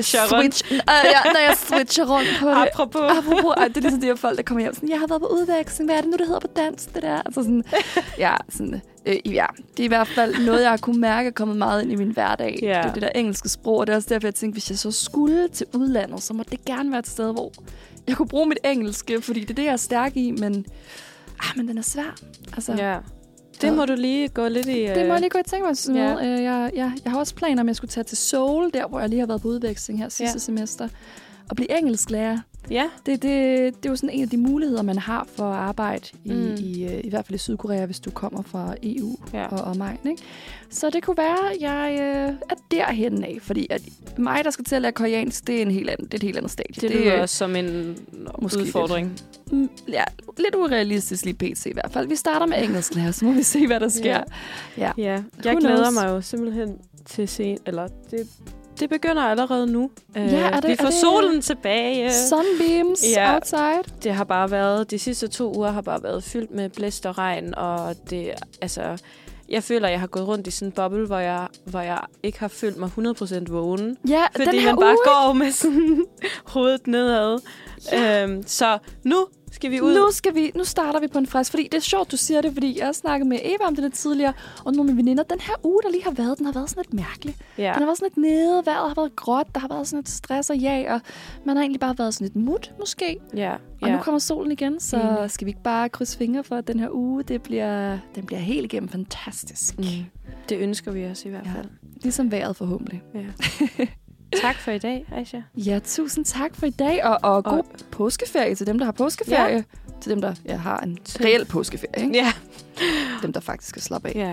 når jeg switcher rundt på det. Apropos. Det er ligesom de her folk, der kommer hjem sådan, jeg har været på udveksling, hvad er det nu, det hedder på dansk, det der? Altså sådan, Ja, det er i hvert fald noget, jeg har kunne mærke er kommet meget ind i min hverdag. Ja. Det er det der engelske sprog, og det er også derfor, jeg tænkte, hvis jeg så skulle til udlandet, så må det gerne være et sted, hvor jeg kunne bruge mit engelske, fordi det er det, jeg er stærk i, men den er svær. Altså, Ja. Det må du lige gå lidt i... Det må jeg lige gå i tænke mig med. Jeg har også planer, om jeg skulle tage til Seoul, der hvor jeg lige har været på udveksling her sidste semester, og blive engelsklærer. Ja. Det er jo sådan en af de muligheder, man har for at arbejde i hvert fald i Sydkorea, hvis du kommer fra EU og omegn, ikke? Så det kunne være, at jeg er derhen af, fordi at mig, der skal til at lære koreansk, det er et helt andet stadie. Det lyder som en udfordring. Lidt urealistisk lige pt. i hvert fald. Vi starter med engelsklærer, så må vi se, hvad der sker. Ja. Jeg glæder mig jo simpelthen til det begynder allerede nu. Vi får solen tilbage. Sunbeams outside. Det har bare været, de sidste 2 uger har bare været fyldt med blæst og regn, og det, altså, jeg føler, jeg har gået rundt i sådan en boble, hvor jeg ikke har følt mig 100% vågen. Ja, fordi den her man bare går med sådan hovedet nedad. Ja. Så nu skal vi ud. Nu starter vi på en frisk, fordi det er sjovt, du siger det, fordi jeg har snakket med Eva om det lidt tidligere, og nogle af mine veninder, den her uge, der lige har været, den har været sådan lidt mærkelig. Ja. Den har været sådan lidt nede, vejret har været gråt, der har været sådan lidt stress og jag, og man har egentlig bare været sådan lidt mut, måske. Ja. Og nu kommer solen igen, så skal vi ikke bare krydse fingre for, at den her uge, den bliver helt igennem fantastisk. Det ønsker vi os i hvert fald. Ligesom vejret forhåbentlig. Ja. Tak for i dag, Aisha. Ja, tusind tak for i dag, og god påskeferie til dem, der har påskeferie. Ja. Til dem, der har en reel påskeferie, ikke? Ja. Dem, der faktisk skal slappe af. Ja.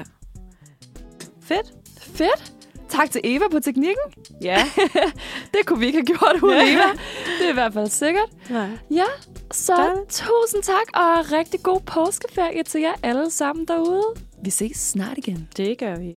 Fedt. Tak til Eva på teknikken. Ja. Det kunne vi ikke have gjort uden Eva. Det er i hvert fald sikkert. Nej. Ja, så tusind tak, og rigtig god påskeferie til jer alle sammen derude. Vi ses snart igen. Det gør vi.